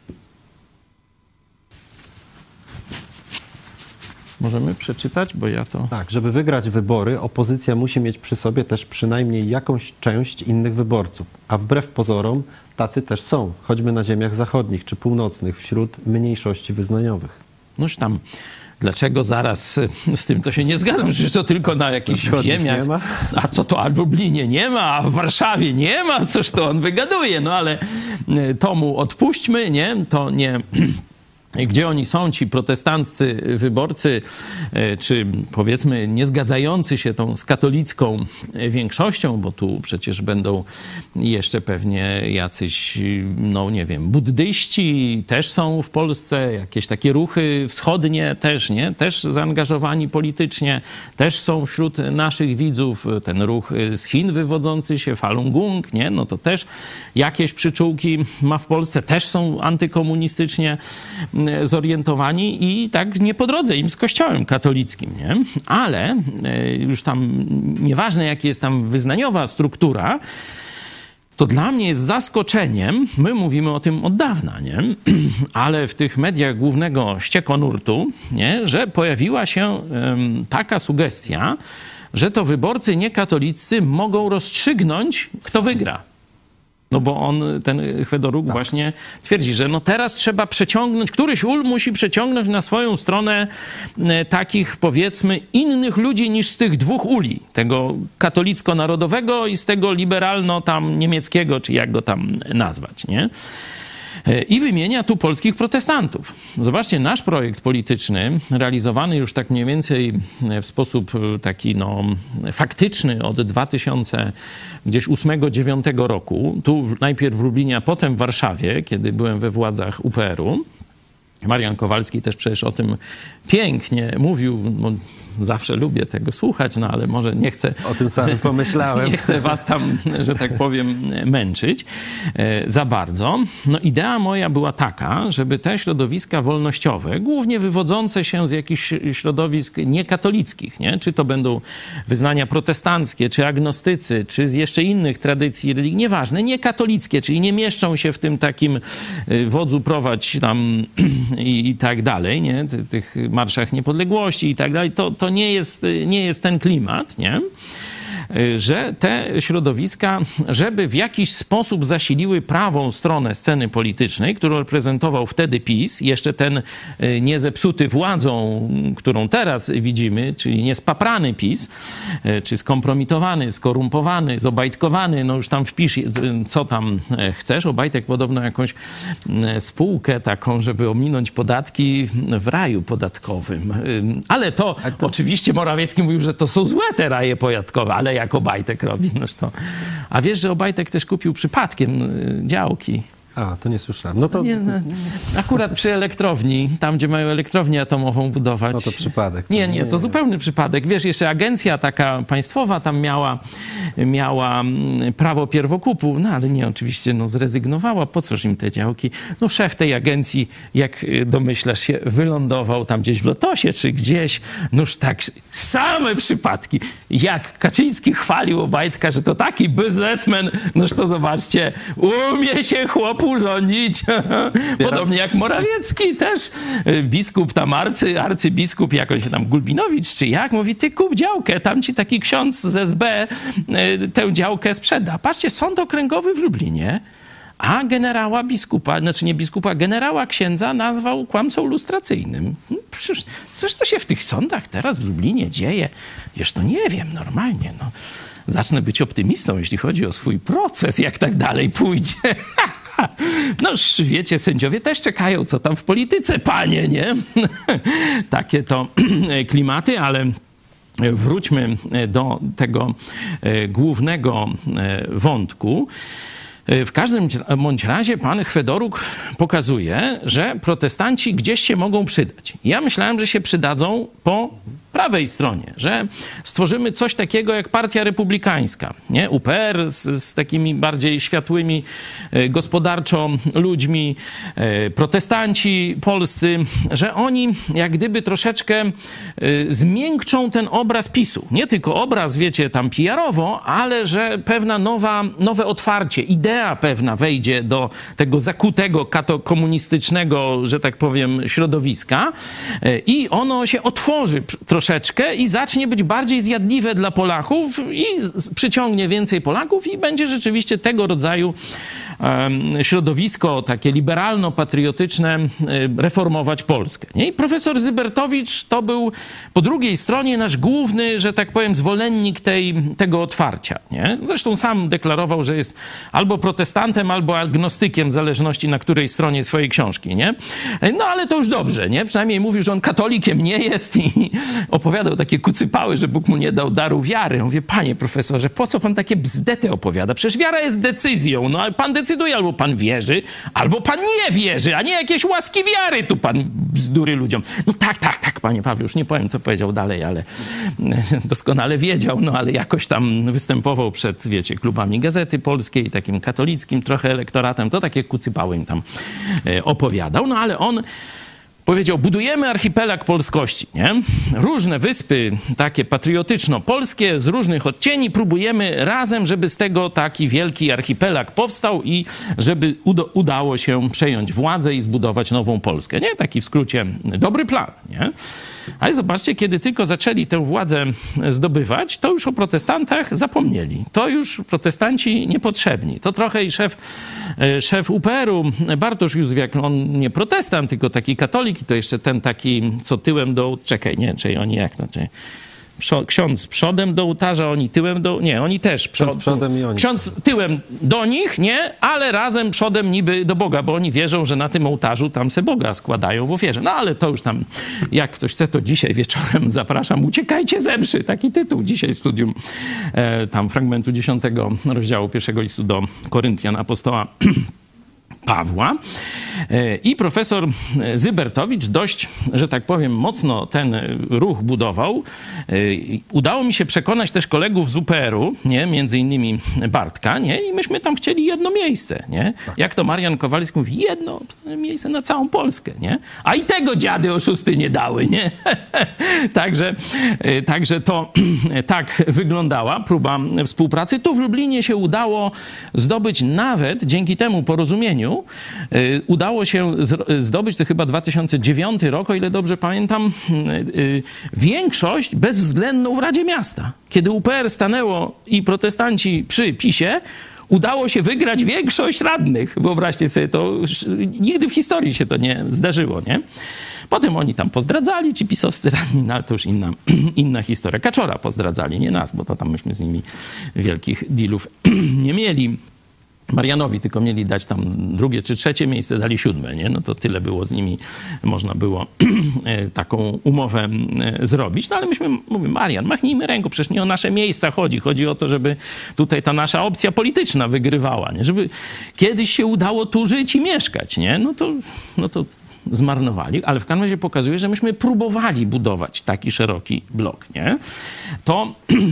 Możemy przeczytać, bo ja to... Tak, żeby wygrać wybory, opozycja musi mieć przy sobie też przynajmniej jakąś część innych wyborców. A wbrew pozorom tacy też są, choćby na ziemiach zachodnich czy północnych, wśród mniejszości wyznaniowych. Noż tam, dlaczego zaraz z tym to się nie zgadzam? Przecież to tylko na jakichś ziemiach. Nie ma? A co to, a w Lublinie nie ma, a w Warszawie nie ma? Coś to on wygaduje. No ale to mu odpuśćmy, nie? To nie... Gdzie oni są, ci protestanccy wyborcy, czy powiedzmy nie zgadzający się tą z katolicką większością, bo tu przecież będą jeszcze pewnie jacyś, no nie wiem, buddyści też są w Polsce, jakieś takie ruchy wschodnie też, nie? Też zaangażowani politycznie, też są wśród naszych widzów, ten ruch z Chin wywodzący się, Falun Gong, nie? No to też jakieś przyczółki ma w Polsce, też są antykomunistycznie zorientowani i tak nie po drodze im z kościołem katolickim, nie? Ale już tam nieważne jaka jest tam wyznaniowa struktura, to dla mnie jest zaskoczeniem, my mówimy o tym od dawna, nie? Ale w tych mediach głównego ściekonurtu, nie? Że pojawiła się um, taka sugestia, że to wyborcy niekatolicy mogą rozstrzygnąć, kto wygra. No bo on, ten Chwedoruk, tak. właśnie twierdzi, że no teraz trzeba przeciągnąć, któryś ul musi przeciągnąć na swoją stronę e, takich, powiedzmy, innych ludzi niż z tych dwóch uli. Tego katolicko-narodowego i z tego liberalno-tam niemieckiego, czy jak go tam nazwać, nie? I wymienia tu polskich protestantów. Zobaczcie, nasz projekt polityczny, realizowany już tak mniej więcej w sposób taki no, faktyczny od dwa tysiące ósmego dziewiątego roku, tu najpierw w Lublinie, a potem w Warszawie, kiedy byłem we władzach U P R u. Marian Kowalski też przecież o tym pięknie mówił, no, zawsze lubię tego słuchać, no ale może nie chcę... O tym samym pomyślałem. Nie chcę was tam, że tak powiem, męczyć za bardzo. No idea moja była taka, żeby te środowiska wolnościowe, głównie wywodzące się z jakichś środowisk niekatolickich, nie? Czy to będą wyznania protestanckie, czy agnostycy, czy z jeszcze innych tradycji religii, nieważne, niekatolickie, czyli nie mieszczą się w tym takim wodzu prowadź tam i, i tak dalej, nie? Tych marszach niepodległości i tak dalej, to, to nie jest, nie jest ten klimat, nie? Że te środowiska, żeby w jakiś sposób zasiliły prawą stronę sceny politycznej, którą reprezentował wtedy PiS, jeszcze ten niezepsuty władzą, którą teraz widzimy, czyli niespaprany PiS, czy skompromitowany, skorumpowany, zobajtkowany, no już tam wpisz, co tam chcesz. Obajtek podobno jakąś spółkę taką, żeby ominąć podatki w raju podatkowym. Ale to, to... oczywiście Morawiecki mówił, że to są złe te raje podatkowe, ale jak Obajtek robi, no to... A wiesz, że Obajtek też kupił przypadkiem działki. A, to nie słyszałem. No to... Nie, no, akurat przy elektrowni, tam gdzie mają elektrownię atomową budować. No to przypadek. Nie, nie, to zupełny przypadek. Wiesz, jeszcze agencja taka państwowa tam miała, miała prawo pierwokupu, no ale nie, oczywiście no, zrezygnowała. Po coż im te działki? No szef tej agencji, jak domyślasz się, wylądował tam gdzieś w Lotosie czy gdzieś. Noż tak, same przypadki. Jak Kaczyński chwalił Obajtka, że to taki biznesmen, noż to zobaczcie, umie się chłop urządzić. Podobnie jak Morawiecki też. Biskup tam, arcy, arcybiskup, jak on się tam, Gulbinowicz czy jak, mówi, ty kup działkę, tam ci taki ksiądz z S B tę działkę sprzeda. Patrzcie, sąd okręgowy w Lublinie, a generała biskupa, znaczy nie biskupa, generała księdza nazwał kłamcą lustracyjnym. Przecież coś to się w tych sądach teraz w Lublinie dzieje? Wiesz, to nie wiem, normalnie, no. Zacznę być optymistą, jeśli chodzi o swój proces, jak tak dalej pójdzie. No wiecie, sędziowie też czekają, co tam w polityce, panie, nie? Takie to klimaty, ale wróćmy do tego głównego wątku. W każdym bądź razie pan Chwedoruk pokazuje, że protestanci gdzieś się mogą przydać. Ja myślałem, że się przydadzą po prawej stronie, że stworzymy coś takiego jak Partia Republikańska, nie? U P R z, z takimi bardziej światłymi e, gospodarczo ludźmi, e, protestanci polscy, że oni jak gdyby troszeczkę e, zmiękczą ten obraz PiSu. Nie tylko obraz, wiecie, tam P R-owo, ale że pewna nowa, nowe otwarcie, idea pewna wejdzie do tego zakutego, katokomunistycznego, że tak powiem, środowiska e, i ono się otworzy troszeczkę i zacznie być bardziej zjadliwe dla Polaków i przyciągnie więcej Polaków i będzie rzeczywiście tego rodzaju um, środowisko takie liberalno-patriotyczne um, reformować Polskę. Nie? I profesor Zybertowicz to był po drugiej stronie nasz główny, że tak powiem, zwolennik tej, tego otwarcia. Nie? Zresztą sam deklarował, że jest albo protestantem, albo agnostykiem, w zależności na której stronie swojej książki. Nie? No ale to już dobrze. Nie? Przynajmniej mówił, że on katolikiem nie jest i opowiadał takie kucypały, że Bóg mu nie dał daru wiary. Ja mówię, panie profesorze, po co pan takie bzdety opowiada? Przecież wiara jest decyzją. No ale pan decyduje, albo pan wierzy, albo pan nie wierzy, a nie jakieś łaski wiary tu pan bzdury ludziom. No tak, tak, tak, panie Pawle, już nie powiem, co powiedział dalej, ale doskonale wiedział, no ale jakoś tam występował przed, wiecie, klubami Gazety Polskiej, takim katolickim trochę elektoratem, to takie kucypały im tam opowiadał, no ale on powiedział, budujemy archipelag polskości, nie? Różne wyspy takie patriotyczno-polskie z różnych odcieni próbujemy razem, żeby z tego taki wielki archipelag powstał i żeby uda- udało się przejąć władzę i zbudować nową Polskę, nie? Taki w skrócie dobry plan, nie? Ale zobaczcie, kiedy tylko zaczęli tę władzę zdobywać, to już o protestantach zapomnieli. To już protestanci niepotrzebni. To trochę i szef, szef U P R-u, Bartosz Józwiak, on nie protestant, tylko taki katolik i to jeszcze ten taki, co tyłem do... Czekaj, nie, czyli oni jak no, czyli... Ksiądz przodem do ołtarza, oni tyłem do... Nie, oni też. Ksiądz przodem i oni. Ksiądz tyłem do nich, nie, ale razem przodem niby do Boga, bo oni wierzą, że na tym ołtarzu tam se Boga składają w ofierze. No ale to już tam, jak ktoś chce, to dzisiaj wieczorem zapraszam. Uciekajcie ze mszy. Taki tytuł dzisiaj studium e, tam fragmentu dziesiątego rozdziału pierwszego listu do Koryntian apostoła Pawła. I profesor Zybertowicz dość, że tak powiem, mocno ten ruch budował. Udało mi się przekonać też kolegów z U P R u, nie? Między innymi Bartka, nie? I myśmy tam chcieli jedno miejsce, nie? Jak to Marian Kowalski mówi, jedno miejsce na całą Polskę, nie? A i tego dziady oszusty nie dały, nie? Także, także to tak wyglądała próba współpracy. Tu w Lublinie się udało zdobyć nawet dzięki temu porozumieniu, udało się zdobyć, to chyba dwa tysiące dziewiąty rok, o ile dobrze pamiętam, większość bezwzględną w Radzie Miasta. Kiedy U P R stanęło i protestanci przy PiSie, udało się wygrać większość radnych. Wyobraźcie sobie, to nigdy w historii się to nie zdarzyło, nie? Potem oni tam pozdradzali, ci pisowscy radni, no ale to już inna, inna historia. Kaczora pozdradzali, nie nas, bo to tam myśmy z nimi wielkich dealów nie mieli. Marianowi tylko mieli dać tam drugie czy trzecie miejsce, dali siódme, nie? No to tyle było z nimi, można było taką umowę zrobić. No ale myśmy, mówimy, Marian, machnijmy ręką, przecież nie o nasze miejsca chodzi. Chodzi o to, żeby tutaj ta nasza opcja polityczna wygrywała, nie? Żeby kiedyś się udało tu żyć i mieszkać, nie? No to, no to zmarnowali, ale w każdym razie pokazuje, że myśmy próbowali budować taki szeroki blok, nie? To,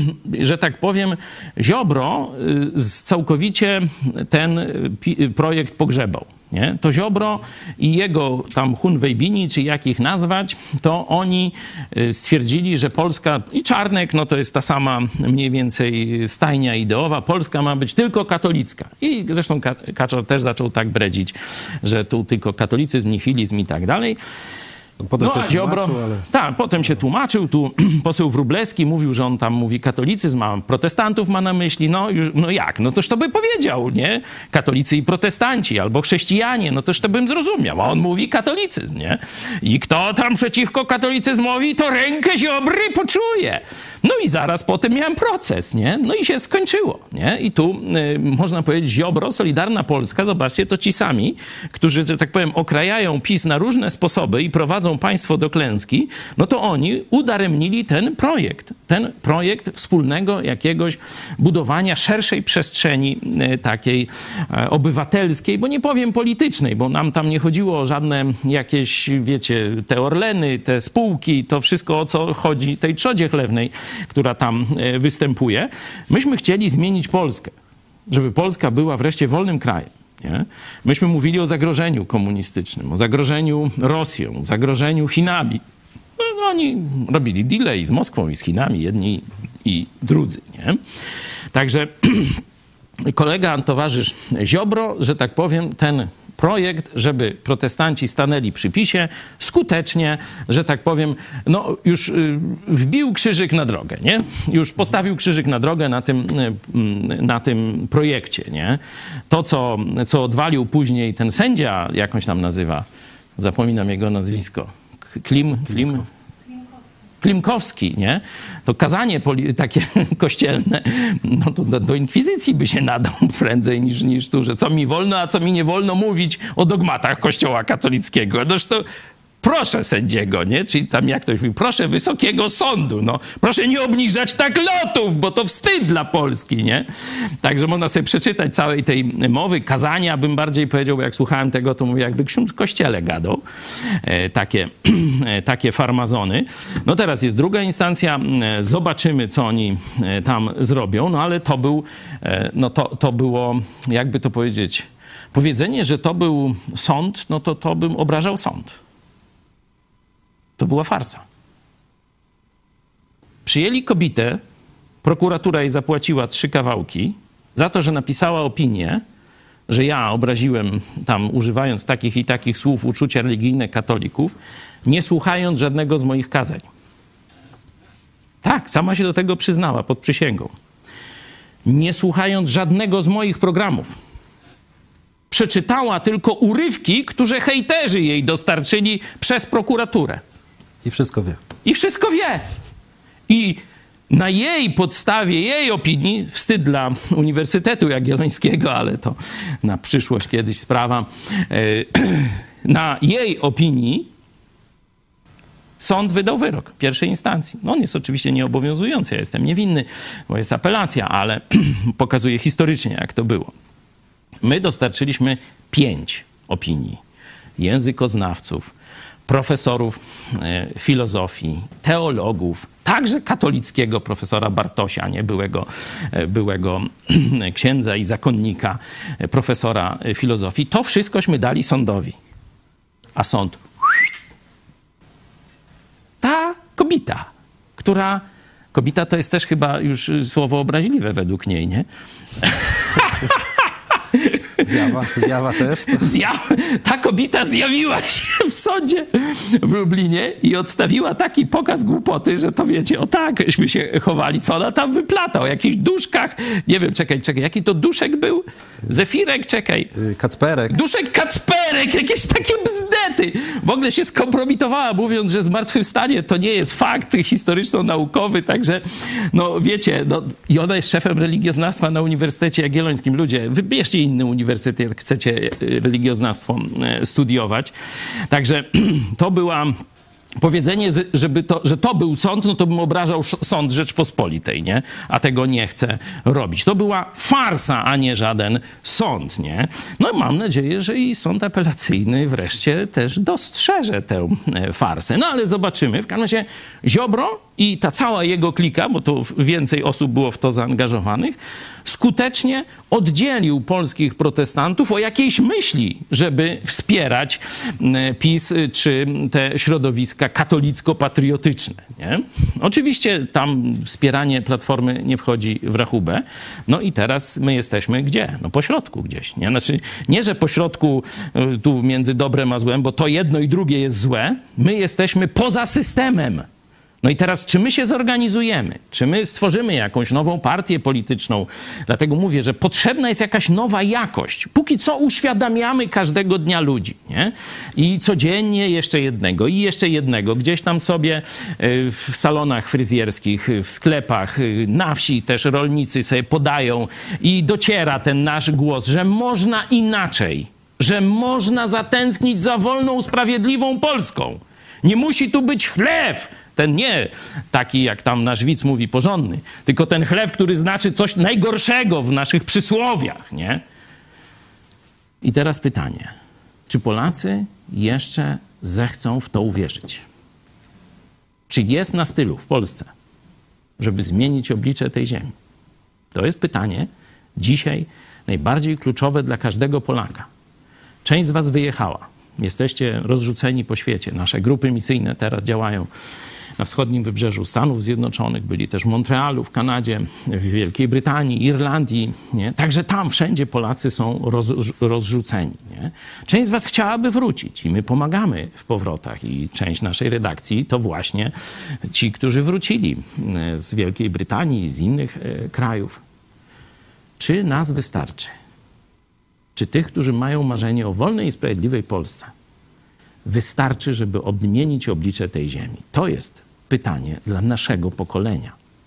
że tak powiem, Ziobro całkowicie ten projekt pogrzebał, nie? To Ziobro i jego tam Hunwejbini, czy jak ich nazwać, to oni stwierdzili, że Polska i Czarnek, no to jest ta sama mniej więcej stajnia ideowa, Polska ma być tylko katolicka. I zresztą Kaczor też zaczął tak bredzić, że tu tylko katolicyzm, nihilizm i tak dalej. Potem no się a Ziobro, ale... tak, potem się tłumaczył, tu poseł Wróblewski mówił, że on tam mówi katolicyzm, a protestantów ma na myśli, no, już, no jak, no toż to by powiedział, nie? Katolicy i protestanci, albo chrześcijanie, no toż to bym zrozumiał, a on mówi katolicyzm, nie? I kto tam przeciwko katolicyzmowi, to rękę Ziobry poczuje. No i zaraz potem miałem proces, nie? No i się skończyło, nie? I tu y, można powiedzieć Ziobro, Solidarna Polska, zobaczcie, to ci sami, którzy, że tak powiem, okrajają PiS na różne sposoby i prowadzą państwo do klęski, no to oni udaremnili ten projekt. Ten projekt wspólnego jakiegoś budowania szerszej przestrzeni y, takiej y, obywatelskiej, bo nie powiem politycznej, bo nam tam nie chodziło o żadne jakieś, wiecie, te Orleny, te spółki, to wszystko, o co chodzi tej trzodzie chlewnej, która tam występuje. Myśmy chcieli zmienić Polskę, żeby Polska była wreszcie wolnym krajem. Nie? Myśmy mówili o zagrożeniu komunistycznym, o zagrożeniu Rosją, zagrożeniu Chinami. No, no, oni robili delay z Moskwą i z Chinami, jedni i drudzy. Nie? Także kolega, towarzysz Ziobro, że tak powiem, ten projekt, żeby protestanci stanęli przy PiSie, skutecznie, że tak powiem, no już wbił krzyżyk na drogę, nie? Już postawił krzyżyk na drogę na tym, na tym projekcie, nie? To, co, co odwalił później ten sędzia, jak on się tam nazywa, zapominam jego nazwisko, Klim, Klim, Klimkowski, nie? To kazanie takie kościelne, no to do, do inkwizycji by się nadał prędzej niż, niż tu, że co mi wolno, a co mi nie wolno mówić o dogmatach Kościoła katolickiego. Zresztą proszę sędziego, nie? Czyli tam jak ktoś mówi, proszę Wysokiego Sądu, no proszę nie obniżać tak lotów, bo to wstyd dla Polski, nie? Także można sobie przeczytać całej tej mowy, kazania, bym bardziej powiedział, bo jak słuchałem tego, to mówię, jakby ksiądz w kościele gadał. E, takie, e, takie farmazony. No teraz jest druga instancja, e, zobaczymy, co oni e, tam zrobią, no ale to był, e, no to, to było, jakby to powiedzieć, powiedzenie, że to był sąd, no to to bym obrażał sąd. To była farsa. Przyjęli kobietę, prokuratura jej zapłaciła trzy kawałki za to, że napisała opinię, że ja obraziłem tam, używając takich i takich słów, uczucia religijne katolików, nie słuchając żadnego z moich kazań. Tak, sama się do tego przyznała pod przysięgą. Nie słuchając żadnego z moich programów. Przeczytała tylko urywki, które hejterzy jej dostarczyli przez prokuraturę. I wszystko wie. I wszystko wie. I na jej podstawie, jej opinii, wstyd dla Uniwersytetu Jagiellońskiego, ale to na przyszłość kiedyś sprawa, na jej opinii sąd wydał wyrok pierwszej instancji. No on jest oczywiście nieobowiązujący, ja jestem niewinny, bo jest apelacja, ale pokazuje historycznie, jak to było. My dostarczyliśmy pięć opinii językoznawców, profesorów e, filozofii, teologów, także katolickiego profesora Bartosia, nie byłego, e, byłego księdza i zakonnika, e, profesora filozofii. To wszystkośmy dali sądowi. A sąd... Ta kobita, która... Kobita to jest też chyba już słowo obraźliwe według niej, nie? Zjawa, zjawa też. To... Zja... Ta kobieta zjawiła się w sądzie w Lublinie i odstawiła taki pokaz głupoty, że to wiecie, o takśmy się chowali. Co ona tam wyplata? O jakichś duszkach? Nie wiem, czekaj, czekaj. Jaki to duszek był? Zefirek, czekaj. Kacperek. Duszek Kacperek, jakieś takie bzdety. W ogóle się skompromitowała, mówiąc, że zmartwychwstanie to nie jest fakt historyczno-naukowy, także no wiecie, no, i ona jest szefem religioznawstwa na Uniwersytecie Jagiellońskim. Ludzie, wybierzcie inny uniwersytet, jak chcecie religioznawstwo studiować. Także to była... Powiedzenie, żeby to, że to był sąd, no to bym obrażał sąd Rzeczpospolitej, nie? A tego nie chcę robić. To była farsa, a nie żaden sąd, nie? No i mam nadzieję, że i sąd apelacyjny wreszcie też dostrzeże tę farsę. No ale zobaczymy. W każdym razie Ziobro i ta cała jego klika, bo to więcej osób było w to zaangażowanych, skutecznie oddzielił polskich protestantów o jakiejś myśli, żeby wspierać PiS czy te środowiska katolicko-patriotyczne. Nie? Oczywiście tam wspieranie Platformy nie wchodzi w rachubę. No i teraz my jesteśmy gdzie? No po środku gdzieś. Nie? Znaczy, nie, że po środku tu między dobrem a złem, bo to jedno i drugie jest złe. My jesteśmy poza systemem. No i teraz, czy my się zorganizujemy? Czy my stworzymy jakąś nową partię polityczną? Dlatego mówię, że potrzebna jest jakaś nowa jakość. Póki co uświadamiamy każdego dnia ludzi, nie? I codziennie jeszcze jednego i jeszcze jednego. Gdzieś tam sobie w salonach fryzjerskich, w sklepach, na wsi też rolnicy sobie podają i dociera ten nasz głos, że można inaczej, że można zatęsknić za wolną, sprawiedliwą Polską. Nie musi tu być chlew, ten nie taki, jak tam nasz widz mówi, porządny, tylko ten chlew, który znaczy coś najgorszego w naszych przysłowiach, nie? I teraz pytanie, czy Polacy jeszcze zechcą w to uwierzyć? Czy jest na stylu w Polsce, żeby zmienić oblicze tej ziemi? To jest pytanie dzisiaj najbardziej kluczowe dla każdego Polaka. Część z was wyjechała. Jesteście rozrzuceni po świecie. Nasze grupy misyjne teraz działają na wschodnim wybrzeżu Stanów Zjednoczonych. Byli też w Montrealu, w Kanadzie, w Wielkiej Brytanii, Irlandii. Nie? Także tam wszędzie Polacy są roz, rozrzuceni. Nie? Część z was chciałaby wrócić i my pomagamy w powrotach. I część naszej redakcji to właśnie ci, którzy wrócili z Wielkiej Brytanii i z innych krajów. Czy nas wystarczy? Czy tych, którzy mają marzenie o wolnej i sprawiedliwej Polsce, wystarczy, żeby odmienić oblicze tej ziemi? To jest pytanie dla naszego pokolenia.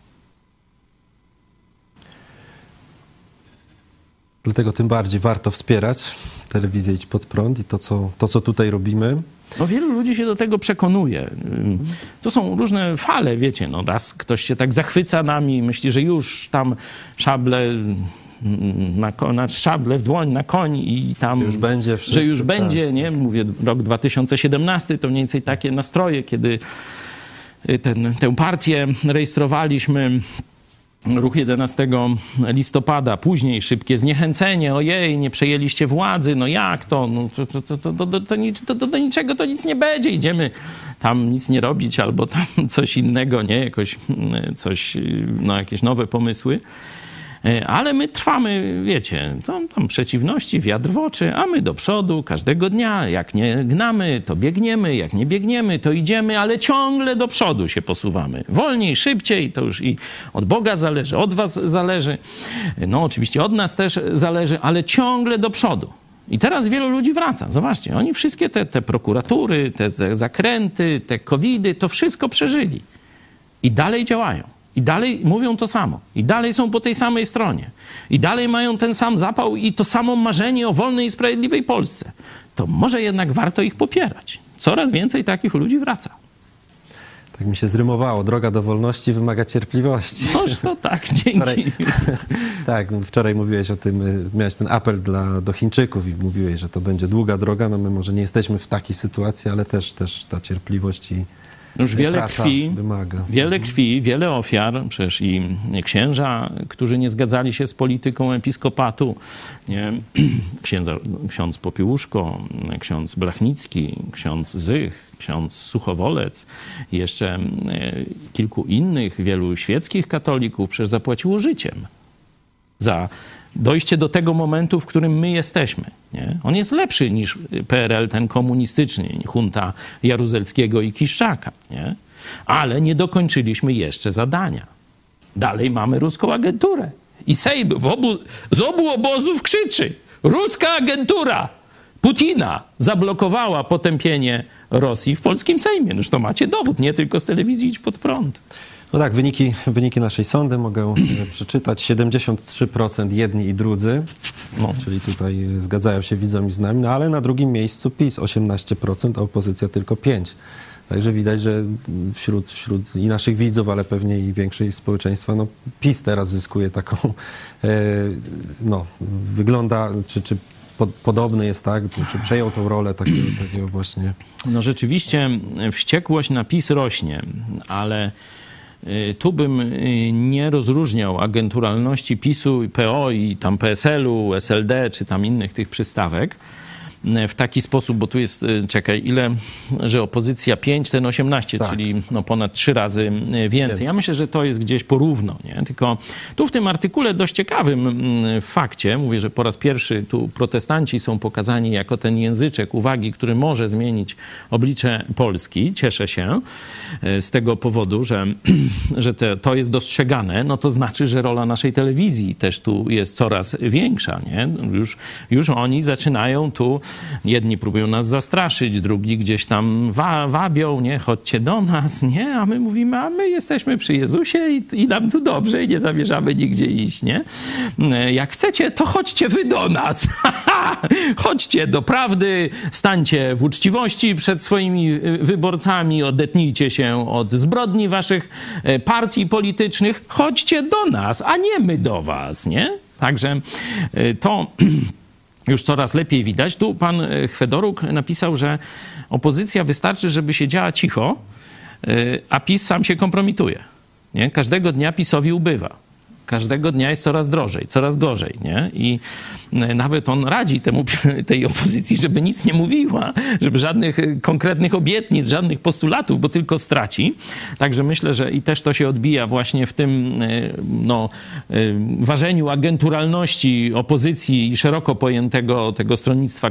Dlatego tym bardziej warto wspierać telewizję Idź Pod Prąd i to, co, to, co tutaj robimy. No wielu ludzi się do tego przekonuje. To są różne fale, wiecie. No raz ktoś się tak zachwyca nami, myśli, że już tam szable... Na, na szable w dłoń, na koń i tam, już będzie wszyscy, że już tak. będzie, nie? Mówię, rok dwa tysiące siedemnasty to mniej więcej takie nastroje, kiedy ten, tę partię rejestrowaliśmy, ruch jedenastego listopada, później szybkie zniechęcenie, ojej, nie przejęliście władzy, no jak to? No to, to, to, to, to, to, to, to do niczego to nic nie będzie, idziemy tam nic nie robić albo tam coś innego, nie? Jakoś coś, no jakieś nowe pomysły. Ale my trwamy, wiecie, tam, tam przeciwności, wiatr w oczy, a my do przodu każdego dnia. Jak nie gnamy, to biegniemy, jak nie biegniemy, to idziemy, ale ciągle do przodu się posuwamy. Wolniej, szybciej, to już i od Boga zależy, od was zależy, no oczywiście od nas też zależy, ale ciągle do przodu. I teraz wielu ludzi wraca. Zobaczcie, oni wszystkie te, te prokuratury, te, te zakręty, te covidy, to wszystko przeżyli. I dalej działają. I dalej mówią to samo. I dalej są po tej samej stronie. I dalej mają ten sam zapał i to samo marzenie o wolnej i sprawiedliwej Polsce. To może jednak warto ich popierać. Coraz więcej takich ludzi wraca. Tak mi się zrymowało. Droga do wolności wymaga cierpliwości. Noż to tak, dzięki. Wczoraj, tak, wczoraj mówiłeś o tym, miałeś ten apel dla, do Chińczyków i mówiłeś, że to będzie długa droga. No my może nie jesteśmy w takiej sytuacji, ale też, też ta cierpliwość i Już wiele praca krwi, wymaga. wiele krwi, wiele ofiar, przecież i księża, którzy nie zgadzali się z polityką episkopatu, nie? Księdza, ksiądz Popiełuszko, ksiądz Blachnicki, ksiądz Zych, ksiądz Suchowolec i jeszcze e, kilku innych, wielu świeckich katolików przecież zapłaciło życiem za dojście do tego momentu, w którym my jesteśmy. Nie? On jest lepszy niż P R L ten komunistyczny, junta Jaruzelskiego i Kiszczaka. Nie? Ale nie dokończyliśmy jeszcze zadania. Dalej mamy ruską agenturę. I Sejm w obu, z obu obozów krzyczy: ruska agentura Putina zablokowała potępienie Rosji w polskim Sejmie. Noż to macie dowód, nie tylko z telewizji Idź Pod Prąd. No tak, wyniki, wyniki naszej sądy mogę e, przeczytać. siedemdziesiąt trzy procent jedni i drudzy, no, czyli tutaj zgadzają się widzom i z nami, no ale na drugim miejscu PiS osiemnaście procent, a opozycja tylko pięć procent. Także widać, że wśród, wśród i naszych widzów, ale pewnie i większej społeczeństwa, no PiS teraz zyskuje taką, e, no wygląda, czy, czy pod, podobny jest, tak, czy, czy przejął tą rolę takiego, takiego właśnie. No rzeczywiście wściekłość na PiS rośnie, ale tu bym nie rozróżniał agenturalności PiSu i P O i tam P S L-u, S L D czy tam innych tych przystawek w taki sposób, bo tu jest, czekaj, ile, że opozycja pięć, ten osiemnaście, tak. Czyli no ponad trzy razy więcej. Ja myślę, że to jest gdzieś porówno, nie? Tylko tu w tym artykule dość ciekawym fakcie, mówię, że po raz pierwszy tu protestanci są pokazani jako ten języczek uwagi, który może zmienić oblicze Polski. Cieszę się z tego powodu, że, że te, to jest dostrzegane. No to znaczy, że rola naszej telewizji też tu jest coraz większa, nie? Już, już oni zaczynają tu, jedni próbują nas zastraszyć, drugi gdzieś tam wa wabią, nie, chodźcie do nas, nie, a my mówimy, a my jesteśmy przy Jezusie i, i nam tu dobrze i nie zamierzamy nigdzie iść, nie. Jak chcecie, to chodźcie wy do nas, chodźcie do prawdy, stańcie w uczciwości przed swoimi wyborcami, odetnijcie się od zbrodni waszych partii politycznych, chodźcie do nas, a nie my do was, nie. Także to już coraz lepiej widać. Tu pan Chwedoruk napisał, że opozycja wystarczy, żeby siedziała cicho, a PiS sam się kompromituje. Nie? Każdego dnia PiS-owi ubywa. Każdego dnia jest coraz drożej, coraz gorzej, nie? I nawet on radzi temu, tej opozycji, żeby nic nie mówiła, żeby żadnych konkretnych obietnic, żadnych postulatów, bo tylko straci. Także myślę, że i też to się odbija właśnie w tym no, ważeniu agenturalności opozycji i szeroko pojętego tego stronnictwa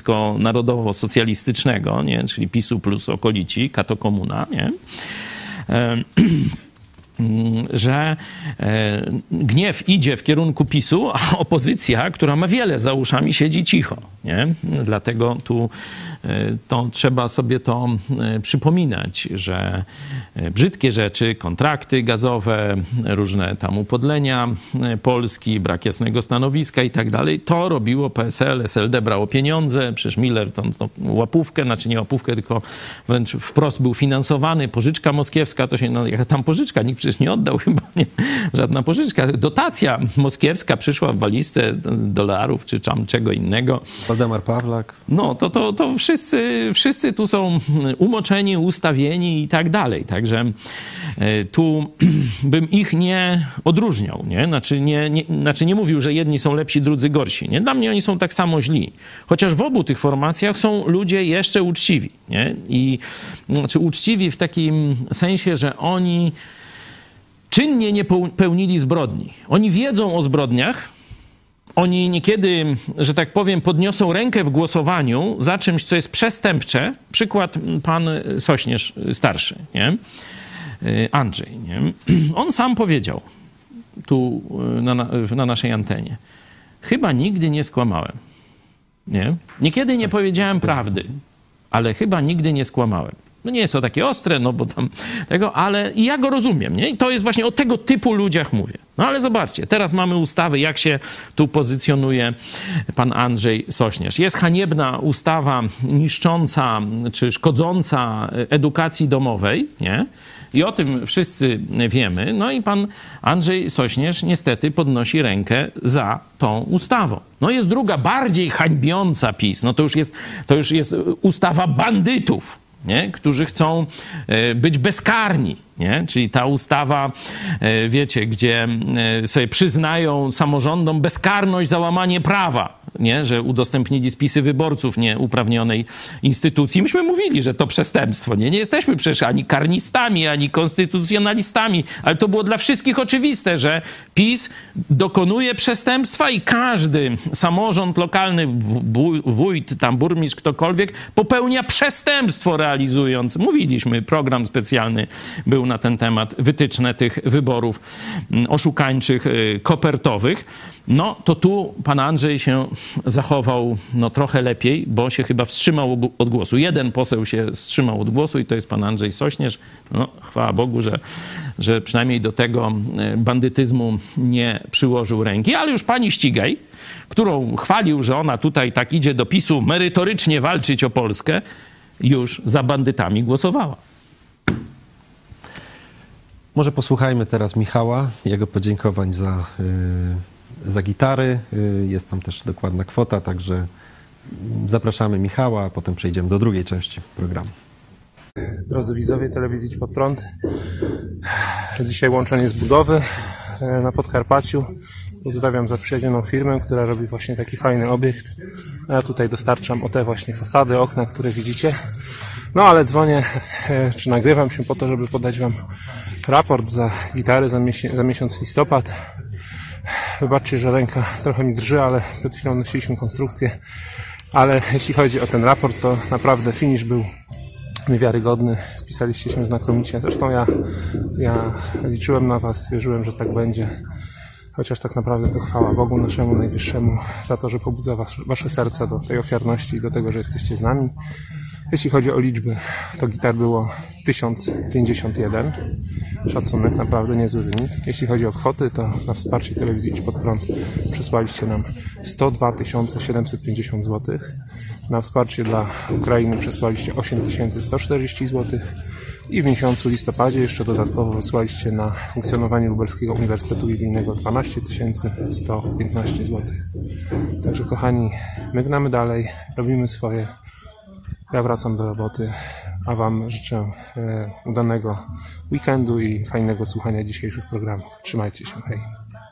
katolicko-narodowo-socjalistycznego, nie? Czyli PiSu plus okolici, katokomuna, nie? Że e, gniew idzie w kierunku PiSu, a opozycja, która ma wiele za uszami, siedzi cicho. Nie? Dlatego tu e, to trzeba sobie to e, przypominać, że e, brzydkie rzeczy, kontrakty gazowe, różne tam upodlenia e, Polski, brak jasnego stanowiska i tak dalej, to robiło P S L, S L D brało pieniądze, przecież Miller to, to łapówkę, znaczy nie łapówkę, tylko wręcz wprost był finansowany, pożyczka moskiewska, to się, no, jaka tam pożyczka, nikt przecież nie oddał chyba, nie, żadna pożyczka. Dotacja moskiewska przyszła w walizce dolarów czy tam czego innego. Waldemar Pawlak. No, to, to, to wszyscy, wszyscy tu są umoczeni, ustawieni i tak dalej. Także tu bym ich nie odróżniał, nie? Znaczy nie, nie, znaczy nie mówił, że jedni są lepsi, drudzy gorsi. Nie? Dla mnie oni są tak samo źli. Chociaż w obu tych formacjach są ludzie jeszcze uczciwi, nie? I znaczy uczciwi w takim sensie, że oni czynnie nie pełnili zbrodni. Oni wiedzą o zbrodniach, oni niekiedy, że tak powiem, podniosą rękę w głosowaniu za czymś, co jest przestępcze. Przykład pan Sośnierz starszy, nie? Andrzej, nie? On sam powiedział tu na, na naszej antenie: chyba nigdy nie skłamałem. Nie? Niekiedy nie powiedziałem prawdy, ale chyba nigdy nie skłamałem. No nie jest to takie ostre, no bo tam tego, ale i ja go rozumiem, nie? I to jest właśnie o tego typu ludziach mówię. No ale zobaczcie, teraz mamy ustawy, jak się tu pozycjonuje pan Andrzej Sośnierz. Jest haniebna ustawa niszcząca czy szkodząca edukacji domowej, nie? I o tym wszyscy wiemy. No i pan Andrzej Sośnierz niestety podnosi rękę za tą ustawą. No jest druga, bardziej hańbiąca PiS. No to już jest, to już jest ustawa bandytów, nie? Którzy chcą być bezkarni. Nie? Czyli ta ustawa, wiecie, gdzie sobie przyznają samorządom bezkarność za łamanie prawa, nie? Że udostępnili spisy wyborców nieuprawnionej instytucji. Myśmy mówili, że to przestępstwo. Nie, nie jesteśmy przecież ani karnistami, ani konstytucjonalistami, ale to było dla wszystkich oczywiste, że PiS dokonuje przestępstwa i każdy samorząd lokalny, wójt, tam burmistrz, ktokolwiek popełnia przestępstwo realizując. Mówiliśmy, program specjalny był na ten temat, wytyczne tych wyborów oszukańczych, kopertowych. No to tu pan Andrzej się zachował no, trochę lepiej, bo się chyba wstrzymał od głosu. Jeden poseł się wstrzymał od głosu i to jest pan Andrzej Sośnierz. No, chwała Bogu, że, że przynajmniej do tego bandytyzmu nie przyłożył ręki. Ale już pani Ścigaj, którą chwalił, że ona tutaj tak idzie do PiSu merytorycznie walczyć o Polskę, już za bandytami głosowała. Może posłuchajmy teraz Michała, jego podziękowań za, yy, za gitary. Yy, jest tam też dokładna kwota, także zapraszamy Michała, a potem przejdziemy do drugiej części programu. Drodzy widzowie telewizji Idź Pod Prąd, dzisiaj łączenie z budowy na Podkarpaciu. Pozdrawiam zaprzyjaźnioną firmę, która robi właśnie taki fajny obiekt. A ja tutaj dostarczam o te właśnie fasady, okna, które widzicie. No ale dzwonię, czy nagrywam się po to, żeby podać wam raport za gitary za, miesiąc, za miesiąc listopad. Wybaczcie, że ręka trochę mi drży, ale przed chwilą nosiliśmy konstrukcję. Ale jeśli chodzi o ten raport, to naprawdę finish był niewiarygodny. Spisaliście się znakomicie. Zresztą ja, ja liczyłem na was, wierzyłem, że tak będzie. Chociaż tak naprawdę to chwała Bogu naszemu Najwyższemu za to, że pobudza was, wasze serca do tej ofiarności i do tego, że jesteście z nami. Jeśli chodzi o liczby, to gitar było tysiąc pięćdziesiąt jeden. Szacunek, naprawdę niezły wynik. Jeśli chodzi o kwoty, to na wsparcie telewizji Idź Pod Prąd przesłaliście nam sto dwa tysiące siedemset pięćdziesiąt złotych. Na wsparcie dla Ukrainy przesłaliście osiem tysięcy sto czterdzieści złotych. I w miesiącu listopadzie jeszcze dodatkowo wysłaliście na funkcjonowanie Lubelskiego Uniwersytetu Biblijnego dwanaście tysięcy sto piętnaście złotych. Także kochani, my gnamy dalej, robimy swoje. Ja wracam do roboty, a wam życzę e, udanego weekendu i fajnego słuchania dzisiejszych programów. Trzymajcie się, hej.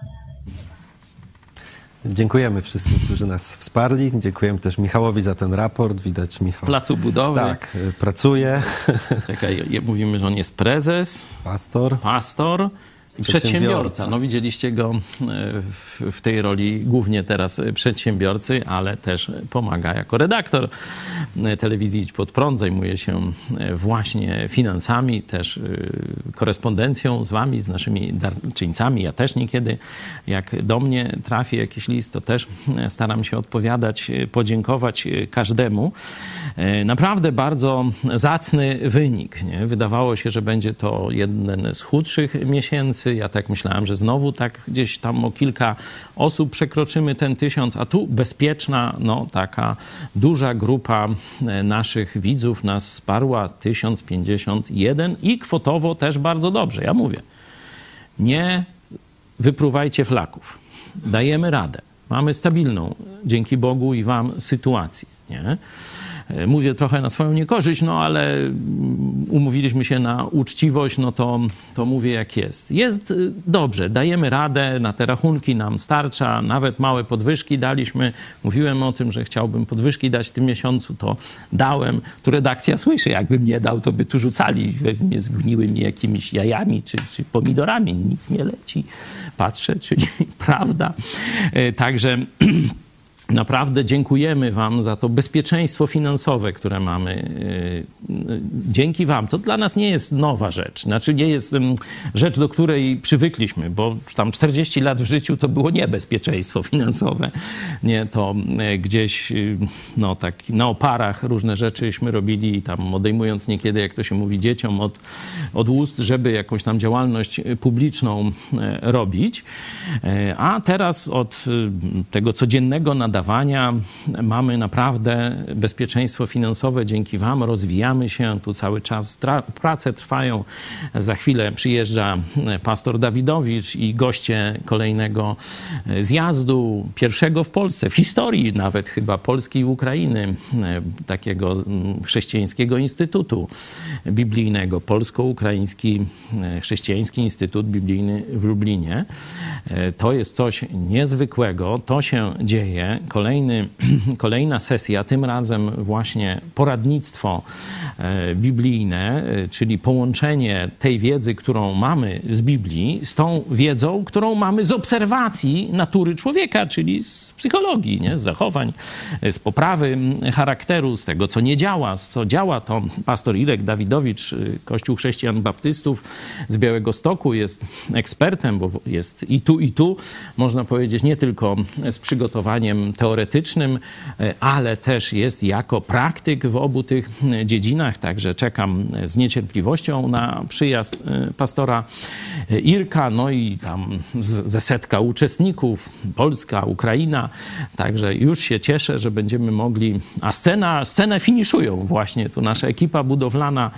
Dziękujemy wszystkim, którzy nas wsparli. Dziękujemy też Michałowi za ten raport. Widać Michał. Z placu budowy. Tak, pracuje. Czekaj, mówimy, że on jest prezes. Pastor. Pastor. I przedsiębiorca. No widzieliście go w, w tej roli głównie teraz przedsiębiorcy, ale też pomaga jako redaktor telewizji Idź Pod Prąd. Zajmuje się właśnie finansami, też korespondencją z wami, z naszymi darczyńcami. Ja też niekiedy, jak do mnie trafi jakiś list, to też staram się odpowiadać, podziękować każdemu. Naprawdę bardzo zacny wynik. Nie? Wydawało się, że będzie to jeden z chudszych miesięcy. Ja tak myślałem, że znowu tak gdzieś tam o kilka osób przekroczymy ten tysiąc, a tu bezpieczna, no taka duża grupa naszych widzów nas wsparła, tysiąc pięćdziesiąt jeden i kwotowo też bardzo dobrze. Ja mówię, nie wypruwajcie flaków. Dajemy radę. Mamy stabilną, dzięki Bogu i wam, sytuację, nie? Mówię trochę na swoją niekorzyść, no ale umówiliśmy się na uczciwość, no to, to mówię jak jest. Jest dobrze, dajemy radę, na te rachunki nam starcza, nawet małe podwyżki daliśmy. Mówiłem o tym, że chciałbym podwyżki dać w tym miesiącu, to dałem. Tu redakcja słyszy, jakbym nie dał, to by tu rzucali mnie zgniłymi jakimiś jajami czy, czy pomidorami. Nic nie leci. Patrzę, czyli prawda. Także... Naprawdę dziękujemy wam za to bezpieczeństwo finansowe, które mamy. Dzięki wam. To dla nas nie jest nowa rzecz. Znaczy nie jest rzecz, do której przywykliśmy, bo tam czterdzieści lat w życiu to było niebezpieczeństwo finansowe. Nie, to gdzieś no tak na oparach różne rzeczyśmy robili, tam odejmując niekiedy, jak to się mówi, dzieciom od, od ust, żeby jakąś tam działalność publiczną robić. A teraz od tego codziennego nadawania mamy naprawdę bezpieczeństwo finansowe. Dzięki wam rozwijamy się. Tu cały czas prace trwają. Za chwilę przyjeżdża pastor Dawidowicz i goście kolejnego zjazdu, pierwszego w Polsce, w historii nawet chyba Polski i Ukrainy, takiego chrześcijańskiego instytutu biblijnego, Polsko-Ukraiński Chrześcijański Instytut Biblijny w Lublinie. To jest coś niezwykłego. To się dzieje. Kolejny, kolejna sesja, tym razem właśnie poradnictwo biblijne, czyli połączenie tej wiedzy, którą mamy z Biblii, z tą wiedzą, którą mamy z obserwacji natury człowieka, czyli z psychologii, nie? Z zachowań, z poprawy charakteru, z tego, co nie działa, z co działa. To pastor Irek Dawidowicz, Kościół Chrześcijan Baptystów z Białegostoku, jest ekspertem, bo jest i tu, i tu, można powiedzieć, nie tylko z przygotowaniem teoretycznym, ale też jest jako praktyk w obu tych dziedzinach. Także czekam z niecierpliwością na przyjazd pastora Irka, no i tam ze setka uczestników, Polska, Ukraina. Także już się cieszę, że będziemy mogli, a scena, scenę finiszują właśnie. Tu nasza ekipa budowlana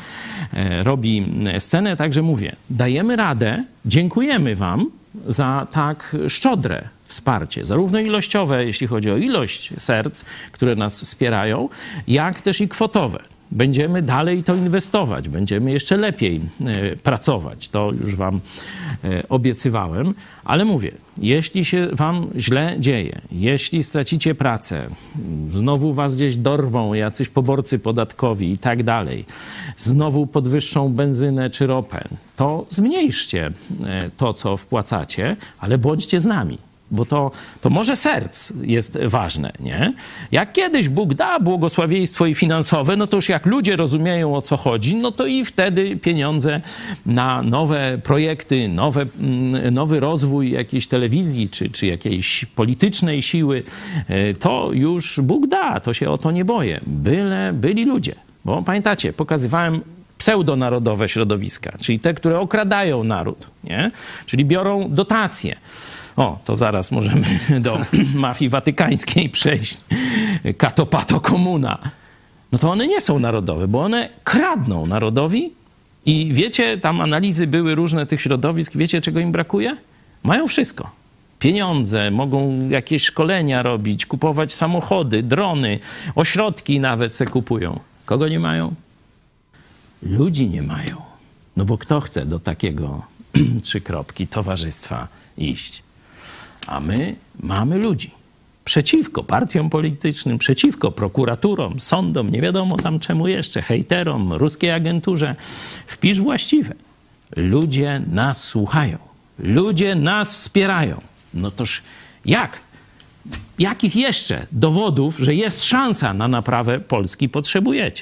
robi scenę, także mówię, dajemy radę, dziękujemy wam za tak szczodre wsparcie, zarówno ilościowe, jeśli chodzi o ilość serc, które nas wspierają, jak też i kwotowe. Będziemy dalej to inwestować, będziemy jeszcze lepiej pracować. To już wam obiecywałem, ale mówię, jeśli się wam źle dzieje, jeśli stracicie pracę, znowu was gdzieś dorwą jacyś poborcy podatkowi i tak dalej, znowu podwyższą benzynę czy ropę, to zmniejszcie to, co wpłacacie, ale bądźcie z nami. Bo to, to może serc jest ważne, nie? Jak kiedyś Bóg da błogosławieństwo i finansowe, no to już jak ludzie rozumieją, o co chodzi, no to i wtedy pieniądze na nowe projekty, nowe, nowy rozwój jakiejś telewizji czy, czy jakiejś politycznej siły, to już Bóg da, to się o to nie boję. Byle byli ludzie. Bo pamiętacie, pokazywałem pseudonarodowe środowiska, czyli te, które okradają naród, nie? Czyli biorą dotacje. O, to zaraz możemy do mafii watykańskiej przejść. Kato pato komuna. No to one nie są narodowe, bo one kradną narodowi i wiecie, tam analizy były różne tych środowisk, wiecie, czego im brakuje? Mają wszystko. Pieniądze, mogą jakieś szkolenia robić, kupować samochody, drony, ośrodki nawet se kupują. Kogo nie mają? Ludzi nie mają. No bo kto chce do takiego trzy kropki towarzystwa iść? A my mamy ludzi. Przeciwko partiom politycznym, przeciwko prokuraturom, sądom, nie wiadomo tam czemu jeszcze, hejterom, ruskiej agenturze. Wpisz właściwe. Ludzie nas słuchają. Ludzie nas wspierają. No toż jak? Jakich jeszcze dowodów, że jest szansa na naprawę Polski potrzebujecie?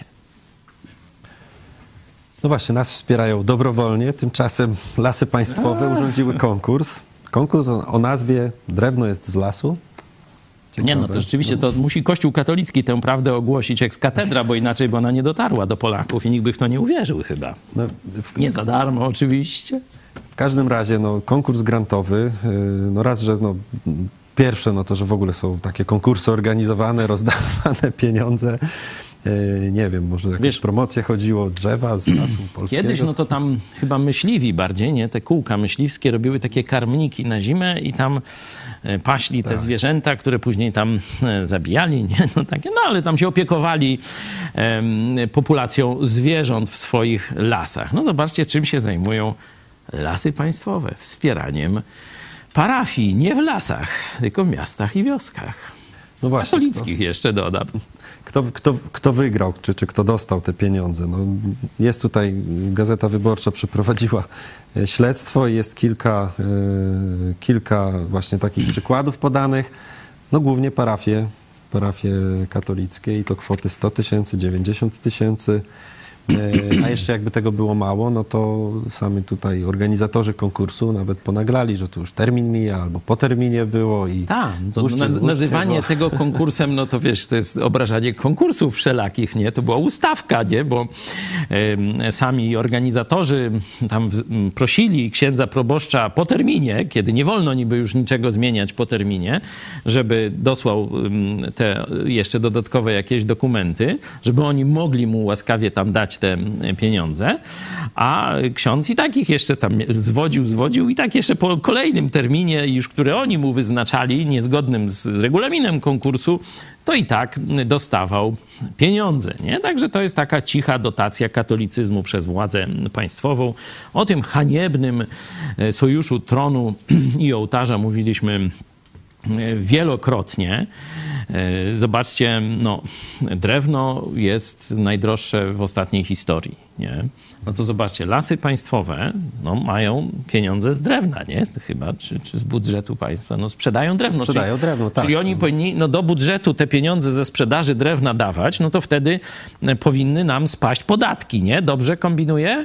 No właśnie, nas wspierają dobrowolnie. Tymczasem Lasy Państwowe urządziły konkurs. Konkurs o, o nazwie Drewno jest z lasu. Ciekawe. Nie, no to rzeczywiście to musi Kościół katolicki tę prawdę ogłosić ex cathedra, bo inaczej by ona nie dotarła do Polaków i nikt by w to nie uwierzył chyba. No, w... Nie za darmo oczywiście. W każdym razie no, konkurs grantowy, no raz, że no, pierwsze no to, że w ogóle są takie konkursy organizowane, rozdawane pieniądze. Nie wiem, może jakieś Wiesz, promocje chodziło, drzewa z lasu polskiego. Kiedyś no to tam chyba myśliwi bardziej, nie? Te kółka myśliwskie robiły takie karmniki na zimę i tam paśli tak. te zwierzęta, które później tam zabijali, nie? No, takie, no ale tam się opiekowali um, populacją zwierząt w swoich lasach. No zobaczcie, czym się zajmują Lasy Państwowe. Wspieraniem parafii, nie w lasach, tylko w miastach i wioskach. No właśnie, katolickich to... jeszcze dodam. Kto, kto, kto wygrał, czy, czy kto dostał te pieniądze? No, jest tutaj, Gazeta Wyborcza przeprowadziła śledztwo i jest kilka, kilka właśnie takich przykładów podanych. No głównie parafie, parafie katolickie i to kwoty sto tysięcy, dziewięćdziesiąt tysięcy. A jeszcze jakby tego było mało, no to sami tutaj organizatorzy konkursu nawet ponaglali, że tu już termin mija albo po terminie było i Tak, to złóżcie, na, złóżcie, nazywanie bo... tego konkursem, no to wiesz, to jest obrażanie konkursów wszelakich, nie? To była ustawka, nie? Bo y, sami organizatorzy tam w, prosili księdza proboszcza po terminie, kiedy nie wolno niby już niczego zmieniać po terminie, żeby dosłał y, te jeszcze dodatkowe jakieś dokumenty, żeby oni mogli mu łaskawie tam dać te pieniądze, a ksiądz i takich jeszcze tam zwodził, zwodził i tak jeszcze po kolejnym terminie już, który oni mu wyznaczali, niezgodnym z regulaminem konkursu, to i tak dostawał pieniądze, nie? Także to jest taka cicha dotacja katolicyzmu przez władzę państwową. O tym haniebnym sojuszu tronu i ołtarza mówiliśmy wielokrotnie. Zobaczcie, no, drewno jest najdroższe w ostatniej historii, nie? No to zobaczcie, lasy państwowe no, mają pieniądze z drewna, nie? Chyba, czy, czy z budżetu państwa. No sprzedają drewno. Sprzedają czyli, drewno, tak. Czyli oni powinni no, do budżetu te pieniądze ze sprzedaży drewna dawać, no to wtedy powinny nam spaść podatki, nie? Dobrze kombinuję?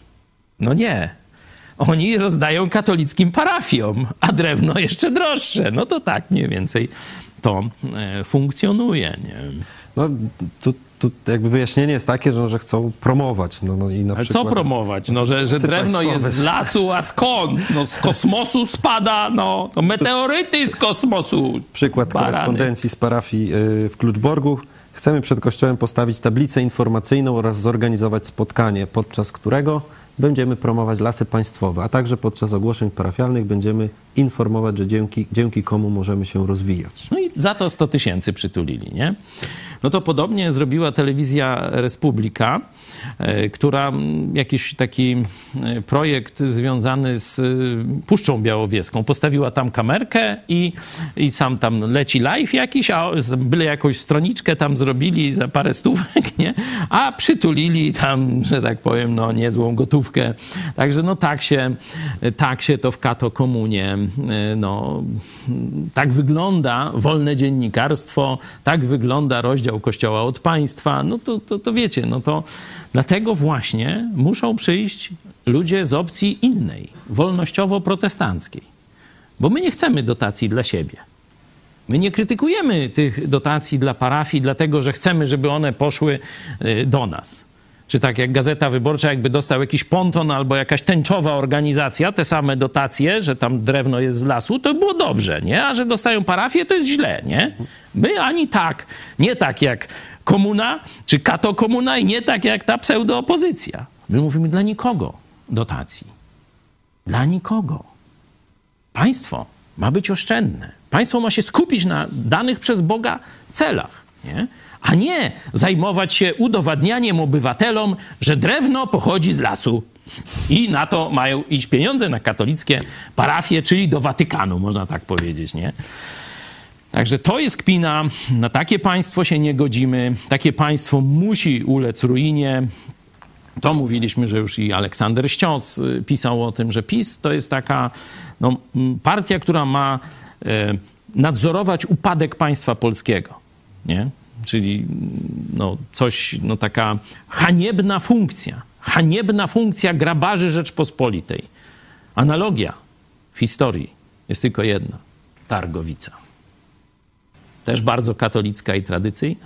No nie. Oni rozdają katolickim parafiom, a drewno jeszcze droższe. No to tak mniej więcej to e, funkcjonuje, nie? No tu, tu jakby wyjaśnienie jest takie, że, że chcą promować. No, no i na Ale przykład... co promować? No, że, że drewno jest z lasu, a skąd? No z kosmosu spada, no, no meteoryty z kosmosu. Przykład Barany. korespondencji z parafii y, w Kluczborgu. Chcemy przed kościołem postawić tablicę informacyjną oraz zorganizować spotkanie, podczas którego będziemy promować lasy państwowe, a także podczas ogłoszeń parafialnych będziemy informować, że dzięki, dzięki komu możemy się rozwijać. No i za to sto tysięcy przytulili, nie? No to podobnie zrobiła telewizja Republika, która jakiś taki projekt związany z Puszczą Białowieską. Postawiła tam kamerkę i, i sam tam leci live jakiś, a byle jakąś stroniczkę tam zrobili za parę stówek, nie? A przytulili tam, że tak powiem, no niezłą gotówkę. Także no tak się, tak się to w katokomunie, no tak wygląda wolne dziennikarstwo, tak wygląda rozdział Kościoła od państwa. No to, to, to wiecie, no to dlatego właśnie muszą przyjść ludzie z opcji innej, wolnościowo-protestanckiej. Bo my nie chcemy dotacji dla siebie. My nie krytykujemy tych dotacji dla parafii, dlatego że chcemy, żeby one poszły do nas. Czy tak jak Gazeta Wyborcza, jakby dostał jakiś ponton albo jakaś tęczowa organizacja, te same dotacje, że tam drewno jest z lasu, to było dobrze, nie? A że dostają parafię, to jest źle, nie? My ani tak, nie tak jak komuna, czy katokomuna i nie tak jak ta pseudoopozycja. My mówimy dla nikogo dotacji. Dla nikogo. Państwo ma być oszczędne. Państwo ma się skupić na danych przez Boga celach, nie? A nie zajmować się udowadnianiem obywatelom, że drewno pochodzi z lasu. I na to mają iść pieniądze na katolickie parafie, czyli do Watykanu, można tak powiedzieć, nie? Także to jest kpina, na takie państwo się nie godzimy, takie państwo musi ulec ruinie. To mówiliśmy, że już i Aleksander Ścios pisał o tym, że PiS to jest taka no, partia, która ma e, nadzorować upadek państwa polskiego, nie? Czyli no, coś, no, taka haniebna funkcja, haniebna funkcja grabarzy Rzeczpospolitej. Analogia w historii jest tylko jedna. Targowica. Też bardzo katolicka i tradycyjna.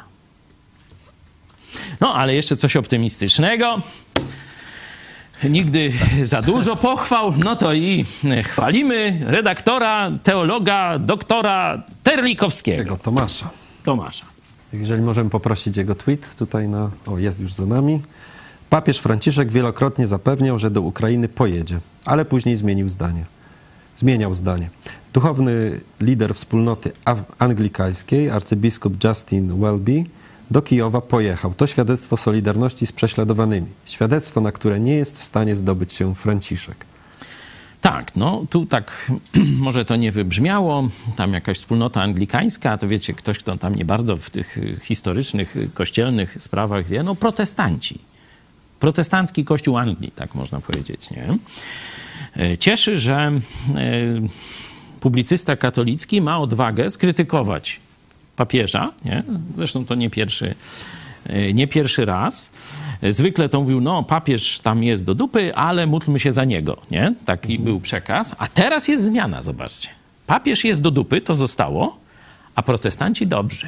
No, ale jeszcze coś optymistycznego. Nigdy za dużo pochwał, no to i chwalimy redaktora, teologa, doktora Terlikowskiego. Tego Tomasza. Tomasza. Jeżeli możemy poprosić jego tweet tutaj na... O, jest już za nami. Papież Franciszek wielokrotnie zapewniał, że do Ukrainy pojedzie, ale później zmienił zdanie. Zmieniał zdanie. Duchowny lider wspólnoty anglikańskiej, arcybiskup Justin Welby, do Kijowa pojechał. To świadectwo solidarności z prześladowanymi. Świadectwo, na które nie jest w stanie zdobyć się Franciszek. Tak, no tu tak może to nie wybrzmiało, tam jakaś wspólnota anglikańska, to wiecie, ktoś, kto tam nie bardzo w tych historycznych, kościelnych sprawach wie, no protestanci. Protestancki Kościół Anglii, tak można powiedzieć, nie? Cieszy, że publicysta katolicki ma odwagę skrytykować papieża, nie? Zresztą to nie pierwszy, nie pierwszy raz. Zwykle to mówił, no papież tam jest do dupy, ale módlmy się za niego, nie? Taki był przekaz. A teraz jest zmiana, zobaczcie. Papież jest do dupy, to zostało, a protestanci dobrzy.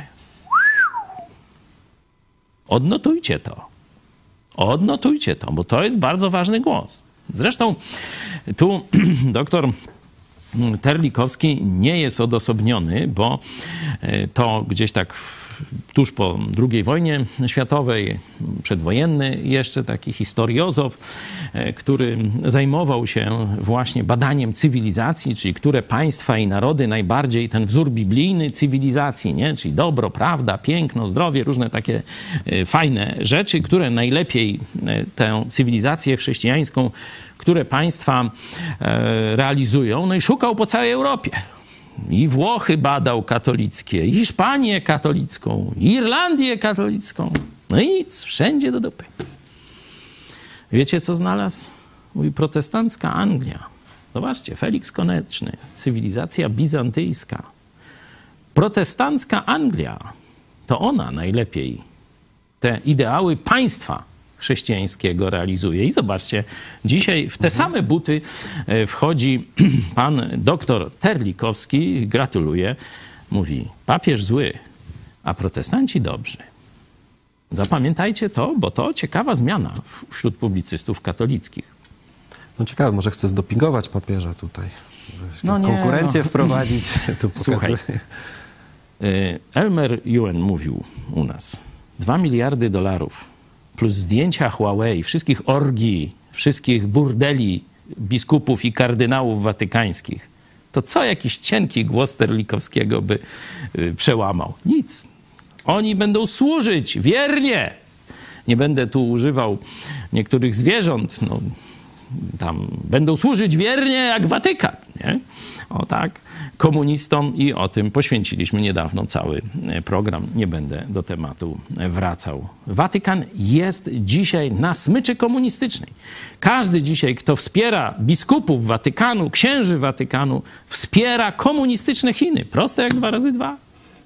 Odnotujcie to. Odnotujcie to, bo to jest bardzo ważny głos. Zresztą tu doktor Terlikowski nie jest odosobniony, bo to gdzieś tak w, tuż po drugiej wojnie światowej, przedwojenny jeszcze taki historiozof, który zajmował się właśnie badaniem cywilizacji, czyli które państwa i narody najbardziej ten wzór biblijny cywilizacji, nie? Czyli dobro, prawda, piękno, zdrowie, różne takie fajne rzeczy, które najlepiej tę cywilizację chrześcijańską, które państwa realizują, no i szukał po całej Europie. I Włochy badał katolickie, i Hiszpanię katolicką, i Irlandię katolicką. No i nic, wszędzie do dupy. Wiecie, co znalazł? Mówi protestancka Anglia. Zobaczcie, Felix Koneczny, cywilizacja bizantyjska. Protestancka Anglia, to ona najlepiej te ideały państwa chrześcijańskiego realizuje. I zobaczcie, dzisiaj w te same buty wchodzi pan doktor Terlikowski, gratuluję, mówi, papież zły, a protestanci dobrzy. Zapamiętajcie to, bo to ciekawa zmiana wśród publicystów katolickich. No ciekawe, może chce zdopingować papieża tutaj. No nie, konkurencję no. wprowadzić. Tu Słuchaj, Elmer Yuen mówił u nas, dwa miliardy dolarów plus zdjęcia Huawei, wszystkich orgii, wszystkich burdeli biskupów i kardynałów watykańskich, to co jakiś cienki głos Terlikowskiego by y, przełamał? Nic. Oni będą służyć wiernie. Nie będę tu używał niektórych zwierząt, no, tam będą służyć wiernie jak Watykan, nie? O tak, komunistom i o tym poświęciliśmy niedawno cały program. Nie będę do tematu wracał. Watykan jest dzisiaj na smyczy komunistycznej. Każdy dzisiaj, kto wspiera biskupów Watykanu, księży Watykanu, wspiera komunistyczne Chiny. Proste jak dwa razy dwa.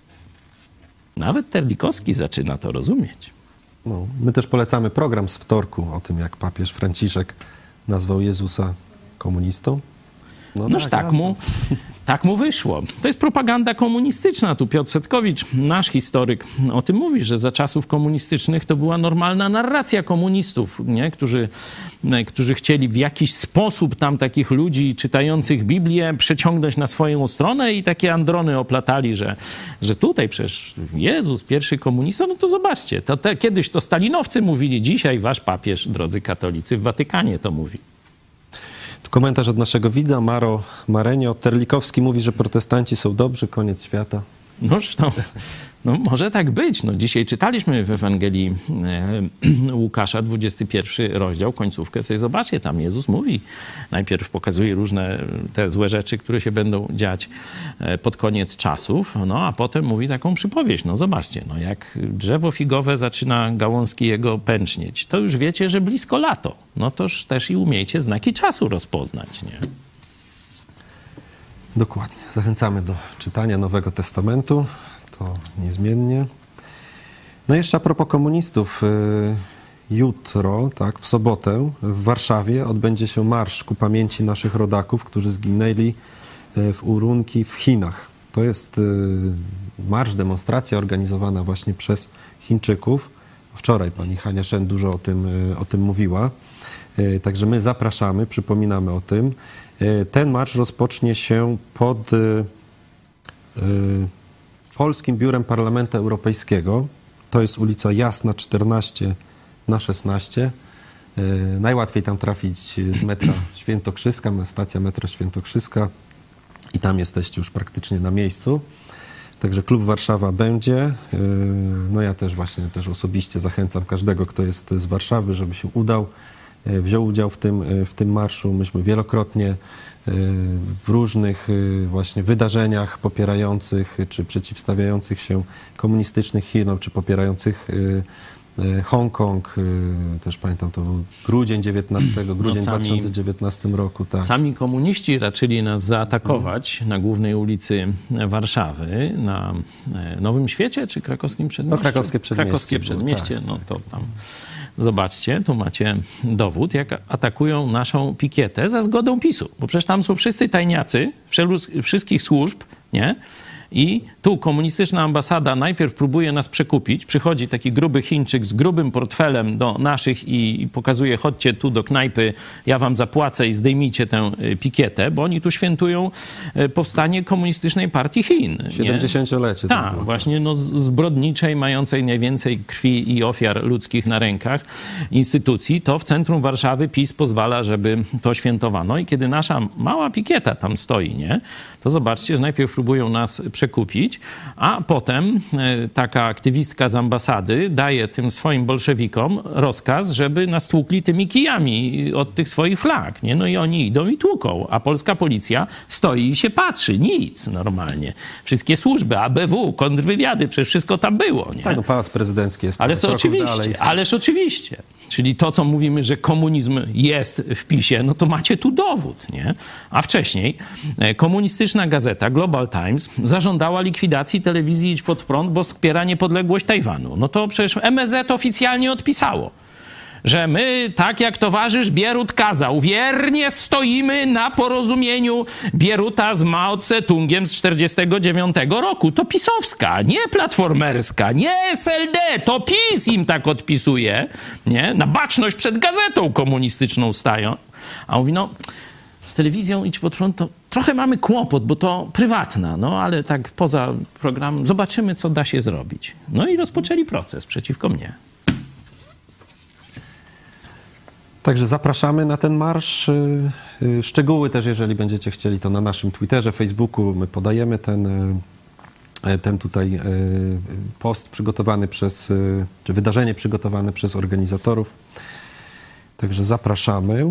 Nawet Terlikowski zaczyna to rozumieć. No, my też polecamy program z wtorku o tym, jak papież Franciszek nazwał Jezusa komunistą. No Noż tak, tak mu, tak mu wyszło. To jest propaganda komunistyczna. Tu Piotr Setkowicz, nasz historyk, o tym mówi, że za czasów komunistycznych to była normalna narracja komunistów, nie? Którzy, którzy chcieli w jakiś sposób tam takich ludzi czytających Biblię przeciągnąć na swoją stronę i takie androny oplatali, że, że tutaj przecież Jezus, pierwszy komunista, no to zobaczcie, to te, kiedyś to stalinowcy mówili, dzisiaj wasz papież, drodzy katolicy, w Watykanie to mówi. Komentarz od naszego widza, Maro Marenio. Terlikowski mówi, że protestanci są dobrzy, koniec świata. Noż to, no może tak być. No, dzisiaj czytaliśmy w Ewangelii e, Łukasza, dwudziesty pierwszy rozdział, końcówkę. Sobie zobaczcie, tam Jezus mówi. Najpierw pokazuje różne te złe rzeczy, które się będą dziać e, pod koniec czasów, no a potem mówi taką przypowieść. No zobaczcie, no jak drzewo figowe zaczyna gałązki jego pęcznieć, to już wiecie, że blisko lato. No toż też i umiejcie znaki czasu rozpoznać, nie? Dokładnie. Zachęcamy do czytania Nowego Testamentu. To niezmiennie. No jeszcze a propos komunistów. Jutro, tak, w sobotę w Warszawie odbędzie się marsz ku pamięci naszych rodaków, którzy zginęli w Urumqi w Chinach. To jest marsz, demonstracja organizowana właśnie przez Chińczyków. Wczoraj pani Hania Szen dużo o tym, o tym mówiła. Także my zapraszamy, przypominamy o tym. Ten marsz rozpocznie się pod y, y, Polskim Biurem Parlamentu Europejskiego. To jest ulica Jasna czternaście na szesnaście. Y, najłatwiej tam trafić z metra Świętokrzyska, stacja metra Świętokrzyska i tam jesteście już praktycznie na miejscu. Także Klub Warszawa będzie. Y, no ja też właśnie też osobiście zachęcam każdego, kto jest z Warszawy, żeby się udał. Wziął udział w tym, w tym marszu. Myśmy wielokrotnie w różnych właśnie wydarzeniach popierających czy przeciwstawiających się komunistycznych Chinom, czy popierających Hongkong, też pamiętam, to był grudzień dziewiętnastego, grudzień No sami, dwa tysiące dziewiętnastego roku. Tak. Sami komuniści raczyli nas zaatakować na głównej ulicy Warszawy, na Nowym Świecie czy Krakowskim Przedmieściu? No, Krakowskie Przedmieście. Krakowskie było, Przedmieście, tak, no tak, to tak. tam zobaczcie, tu macie dowód, jak atakują naszą pikietę za zgodą PiSu, bo przecież tam są wszyscy tajniacy wszystkich służb, nie? I tu komunistyczna ambasada najpierw próbuje nas przekupić. Przychodzi taki gruby Chińczyk z grubym portfelem do naszych i, i pokazuje, chodźcie tu do knajpy, ja wam zapłacę i zdejmijcie tę pikietę, bo oni tu świętują powstanie komunistycznej partii Chin. siedemdziesięciolecie. Tak, właśnie no, zbrodniczej, mającej najwięcej krwi i ofiar ludzkich na rękach instytucji. To w centrum Warszawy PiS pozwala, żeby to świętowano. I kiedy nasza mała pikieta tam stoi, nie, to zobaczcie, że najpierw próbują nas przekupić, a potem taka aktywistka z ambasady daje tym swoim bolszewikom rozkaz, żeby nas tłukli tymi kijami od tych swoich flag, nie? No i oni idą i tłuką, a polska policja stoi i się patrzy. Nic normalnie. Wszystkie służby, A B W, kontrwywiady, przecież wszystko tam było, nie? Tak, no pałac prezydencki jest Ależ parę kroków oczywiście, dalej. ależ oczywiście. Czyli to, co mówimy, że komunizm jest w PiSie, no to macie tu dowód, nie? A wcześniej komunistyczna gazeta Global Times zażądała likwidacji telewizji Idź Pod Prąd, bo wspiera niepodległość Tajwanu. No to przecież M S Z oficjalnie odpisało, że my, tak jak towarzysz Bierut kazał, wiernie stoimy na porozumieniu Bieruta z Mao Tse-tungiem z czterdziestego dziewiątego roku. To pisowska, nie platformerska, nie S L D, to PiS im tak odpisuje, nie? Na baczność przed gazetą komunistyczną stają. A on mówi, no, z telewizją Idź Pod Prąd to trochę mamy kłopot, bo to prywatna, no ale tak poza programem zobaczymy, co da się zrobić. No i rozpoczęli proces przeciwko mnie. Także zapraszamy na ten marsz. Szczegóły też, jeżeli będziecie chcieli, to na naszym Twitterze, Facebooku my podajemy ten, ten tutaj post przygotowany przez, czy wydarzenie przygotowane przez organizatorów. Także zapraszamy.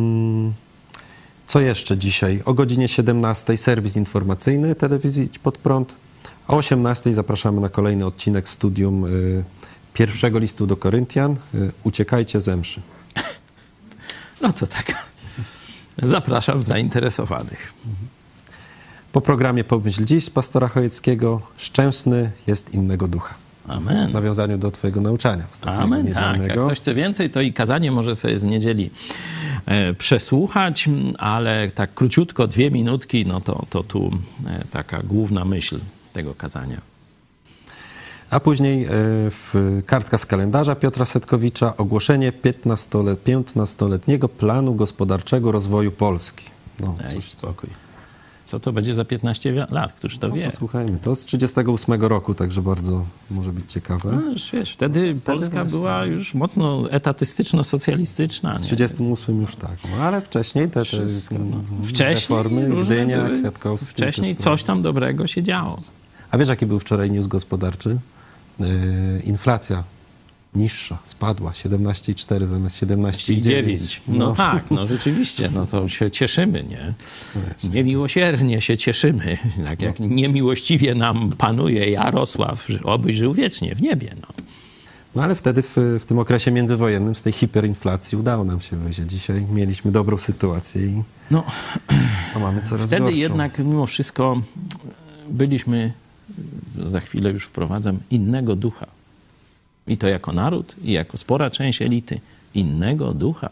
Co jeszcze dzisiaj? O godzinie siedemnastej serwis informacyjny telewizji Idź Pod Prąd. O osiemnastej zapraszamy na kolejny odcinek studium pierwszego listu do Koryntian. Uciekajcie z mszy. No to tak. Zapraszam zainteresowanych. Po programie Pomyśl dziś z pastora Chojeckiego. Szczęsny jest innego ducha. Amen. W nawiązaniu do twojego nauczania. Amen, tak. Jak ktoś chce więcej, to i kazanie może sobie z niedzieli e, przesłuchać, ale tak króciutko, dwie minutki, no to, to tu e, taka główna myśl tego kazania. A później e, w kartka z kalendarza Piotra Setkowicza ogłoszenie piętnastoletniego planu gospodarczego rozwoju Polski. No, Daj cóż, spokój. Co to będzie za piętnaście lat? Któż to no, wie? Posłuchajmy. To z trzydziestego ósmego roku, także bardzo może być ciekawe. No już wiesz, wtedy, wtedy Polska właśnie była już mocno etatystyczno-socjalistyczna. Nie? W trzydziestym ósmym już tak, no, ale wcześniej te, te no. Wcześniej reformy, różne Gdynia, były. Kwiatkowski. Wcześniej coś tam dobrego się działo. A wiesz, jaki był wczoraj news gospodarczy? Yy, inflacja niższa, spadła, siedemnaście przecinek cztery zamiast siedemnaście przecinek dziewięć. No, no tak, no rzeczywiście, no to się cieszymy, nie? Niemiłosiernie się cieszymy, tak jak niemiłościwie nam panuje Jarosław, obyś żył wiecznie w niebie, no. No ale wtedy w, w tym okresie międzywojennym z tej hiperinflacji udało nam się wyjść. Dzisiaj mieliśmy dobrą sytuację i no, a mamy coraz wtedy gorszą. jednak mimo wszystko byliśmy, za chwilę już wprowadzam, innego ducha. I to jako naród, i jako spora część elity. Innego ducha.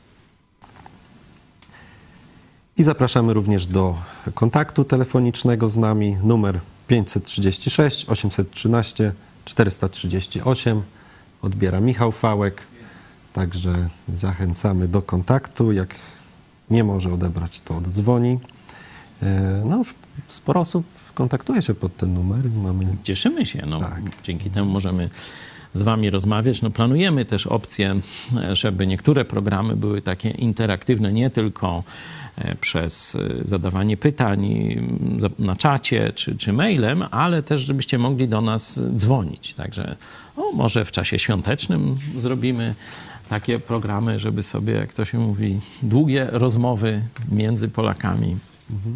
I zapraszamy również do kontaktu telefonicznego z nami. Numer pięćset trzydzieści sześć osiemset trzynaście czterysta trzydzieści osiem. Odbiera Michał Fałek. Także zachęcamy do kontaktu. Jak nie może odebrać, to oddzwoni. No już sporo osób kontaktuje się pod ten numer. Mamy... Cieszymy się. No, tak. Dzięki temu możemy z wami rozmawiać. No, planujemy też opcję, żeby niektóre programy były takie interaktywne, nie tylko przez zadawanie pytań na czacie czy, czy mailem, ale też żebyście mogli do nas dzwonić. Także o, może w czasie świątecznym zrobimy takie programy, żeby sobie, jak to się mówi, długie rozmowy między Polakami. Mhm.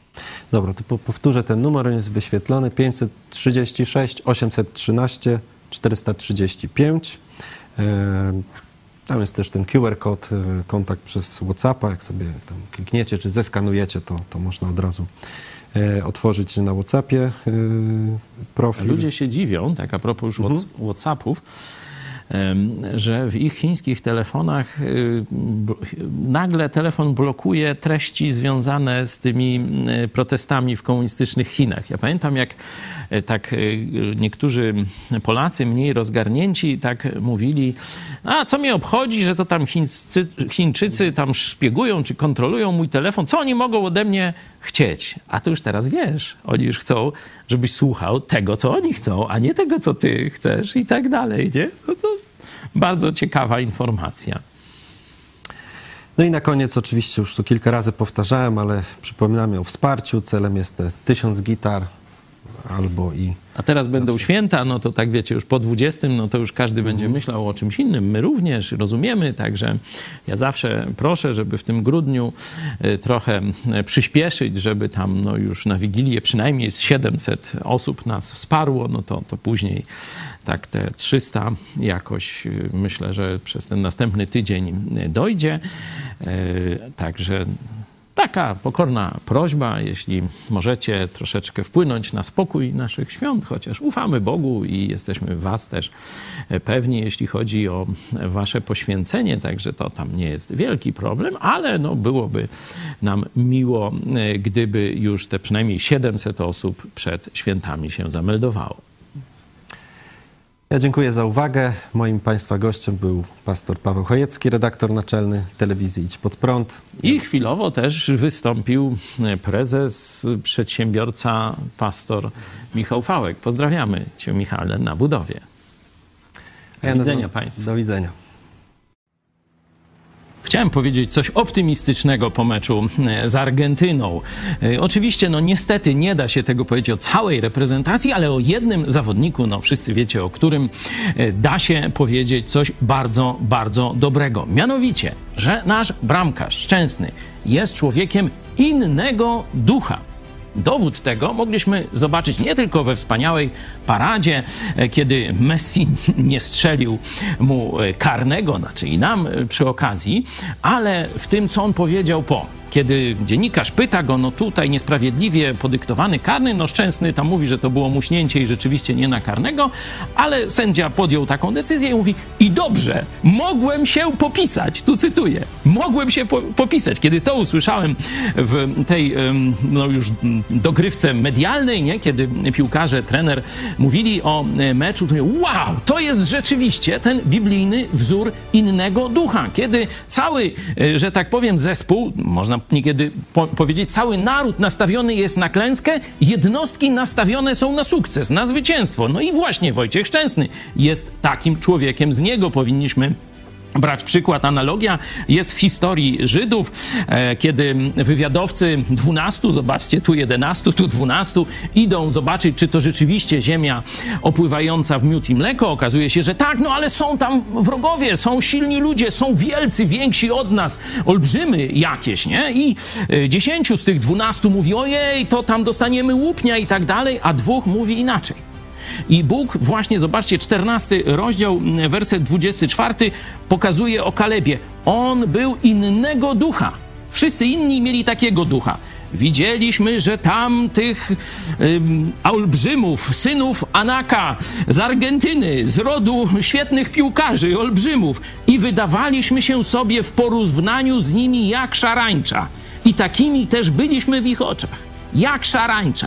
Dobra, to powtórzę ten numer, on jest wyświetlony. pięćset trzydzieści sześć osiemset trzynaście czterysta trzydzieści pięć. Tam jest też ten Q R kod, kontakt przez WhatsAppa. Jak sobie tam klikniecie czy zeskanujecie, to, to można od razu otworzyć na WhatsAppie profil. Ludzie się dziwią, tak a propos już mhm. WhatsAppów, że w ich chińskich telefonach nagle telefon blokuje treści związane z tymi protestami w komunistycznych Chinach. Ja pamiętam, jak tak niektórzy Polacy mniej rozgarnięci tak mówili, a co mnie obchodzi, że to tam Chińczycy, Chińczycy tam szpiegują czy kontrolują mój telefon, co oni mogą ode mnie chcieć? A to już teraz wiesz, oni już chcą, żebyś słuchał tego, co oni chcą, a nie tego, co ty chcesz i tak dalej, nie? No to bardzo ciekawa informacja. No i na koniec oczywiście już to kilka razy powtarzałem, ale przypominamy o wsparciu. Celem jest te tysiąc gitar albo i... A teraz będą święta, no to tak wiecie, już po dwudziestym, no to już każdy mhm. będzie myślał o czymś innym. My również rozumiemy, także ja zawsze proszę, żeby w tym grudniu trochę przyspieszyć, żeby tam no już na Wigilię przynajmniej z siedemset osób nas wsparło, no to, to później tak te trzysta jakoś myślę, że przez ten następny tydzień dojdzie. Także taka pokorna prośba, jeśli możecie troszeczkę wpłynąć na spokój naszych świąt, chociaż ufamy Bogu i jesteśmy was też pewni, jeśli chodzi o wasze poświęcenie, także to tam nie jest wielki problem, ale no byłoby nam miło, gdyby już te przynajmniej siedemset osób przed świętami się zameldowało. Ja dziękuję za uwagę. Moim Państwa gościem był pastor Paweł Chojecki, redaktor naczelny telewizji Idź Pod Prąd. I chwilowo też wystąpił prezes, przedsiębiorca, pastor Michał Fałek. Pozdrawiamy Cię, Michale, na budowie. Do ja widzenia Państwu. Do widzenia. Chciałem powiedzieć coś optymistycznego po meczu z Argentyną. Oczywiście, no niestety nie da się tego powiedzieć o całej reprezentacji, ale o jednym zawodniku, no wszyscy wiecie o którym, da się powiedzieć coś bardzo, bardzo dobrego. Mianowicie, że nasz bramkarz Szczęsny jest człowiekiem innego ducha. Dowód tego mogliśmy zobaczyć nie tylko we wspaniałej paradzie, kiedy Messi nie strzelił mu karnego, znaczy i nam przy okazji, ale w tym, co on powiedział po. Kiedy dziennikarz pyta go, no tutaj niesprawiedliwie podyktowany karny, no Szczęsny tam mówi, że to było muśnięcie i rzeczywiście nie na karnego, ale sędzia podjął taką decyzję i mówi, i dobrze, mogłem się popisać, tu cytuję, mogłem się po popisać. Kiedy to usłyszałem w tej no już dogrywce medialnej, nie? Kiedy piłkarze, trener mówili o meczu, to mówię, wow, to jest rzeczywiście ten biblijny wzór innego ducha. Kiedy cały, że tak powiem, zespół, można niekiedy po powiedzieć, cały naród nastawiony jest na klęskę, jednostki nastawione są na sukces, na zwycięstwo. No i właśnie Wojciech Szczęsny jest takim człowiekiem, z niego powinniśmy brać przykład. Analogia jest w historii Żydów, e, kiedy wywiadowcy dwunastu, zobaczcie, tu jedenastu, tu dwunastu, idą zobaczyć, czy to rzeczywiście ziemia opływająca w miód i mleko. Okazuje się, że tak, no ale są tam wrogowie, są silni ludzie, są wielcy, więksi od nas, olbrzymy jakieś, nie? I e, dziesięciu z tych dwunastu mówi, ojej, to tam dostaniemy łupnia i tak dalej, a dwóch mówi inaczej. I Bóg właśnie, zobaczcie, czternasty rozdział, werset dwudziesty czwarty pokazuje o Kalebie. On był innego ducha. Wszyscy inni mieli takiego ducha. Widzieliśmy, że tam tych ym, olbrzymów, synów Anaka z Argentyny, z rodu świetnych piłkarzy, olbrzymów, i wydawaliśmy się sobie w porównaniu z nimi jak szarańcza. I takimi też byliśmy w ich oczach, jak szarańcza.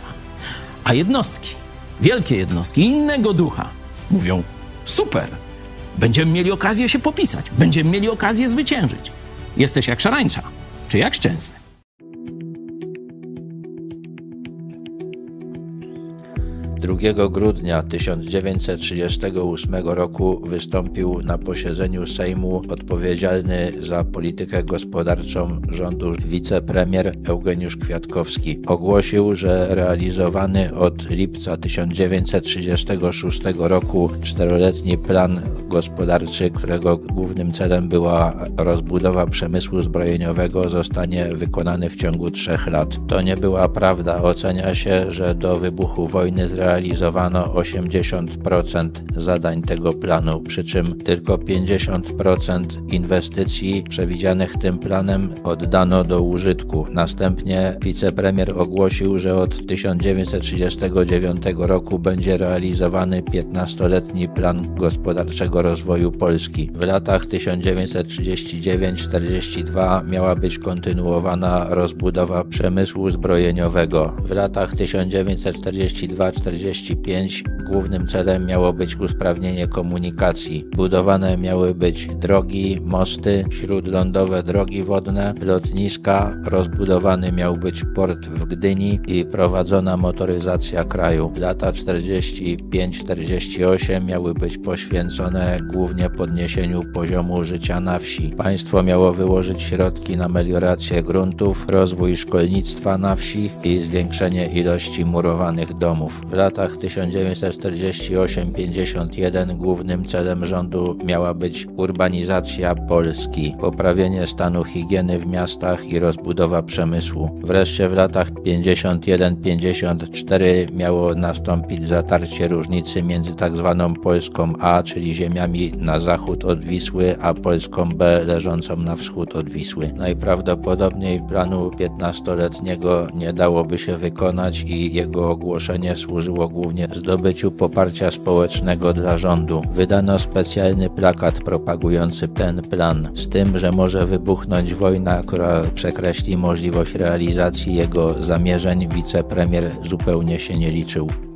A jednostki, wielkie jednostki innego ducha mówią, super, będziemy mieli okazję się popisać, będziemy mieli okazję zwyciężyć. Jesteś jak szarańcza, czy jak Szczęsny. drugiego grudnia tysiąc dziewięćset trzydziestego ósmego roku wystąpił na posiedzeniu Sejmu odpowiedzialny za politykę gospodarczą rządu wicepremier Eugeniusz Kwiatkowski. Ogłosił, że realizowany od lipca tysiąc dziewięćset trzydziestego szóstego roku czteroletni plan gospodarczy, którego głównym celem była rozbudowa przemysłu zbrojeniowego, zostanie wykonany w ciągu trzech lat. To nie była prawda. Ocenia się, że do wybuchu wojny zrealizował zrealizowano osiemdziesiąt procent zadań tego planu, przy czym tylko pięćdziesiąt procent inwestycji przewidzianych tym planem oddano do użytku. Następnie wicepremier ogłosił, że od tysiąc dziewięćset trzydziestego dziewiątego roku będzie realizowany piętnastoletni plan gospodarczego rozwoju Polski. W latach tysiąc dziewięćset trzydziesty dziewiąty do czterdziestego drugiego miała być kontynuowana rozbudowa przemysłu zbrojeniowego. W latach tysiąc dziewięćset czterdziesty drugi do czterdziestego piątego głównym celem miało być usprawnienie komunikacji. Budowane miały być drogi, mosty, śródlądowe drogi wodne, lotniska, rozbudowany miał być port w Gdyni i prowadzona motoryzacja kraju. Lata czterdziesty piąty do czterdziestego ósmego miały być poświęcone głównie podniesieniu poziomu życia na wsi. Państwo miało wyłożyć środki na meliorację gruntów, rozwój szkolnictwa na wsi i zwiększenie ilości murowanych domów. W latach tysiąc dziewięćset czterdziesty ósmy do pięćdziesiątego pierwszego głównym celem rządu miała być urbanizacja Polski, poprawienie stanu higieny w miastach i rozbudowa przemysłu. Wreszcie w latach pięćdziesiątym pierwszym do pięćdziesiątego czwartego miało nastąpić zatarcie różnicy między tak zwaną Polską A, czyli ziemiami na zachód od Wisły, a Polską B leżącą na wschód od Wisły. Najprawdopodobniej planu piętnastoletniego nie dałoby się wykonać i jego ogłoszenie służyło głównie zdobyciu poparcia społecznego dla rządu. Wydano specjalny plakat propagujący ten plan, z tym, że może wybuchnąć wojna, która przekreśli możliwość realizacji jego zamierzeń. Wicepremier zupełnie się nie liczył.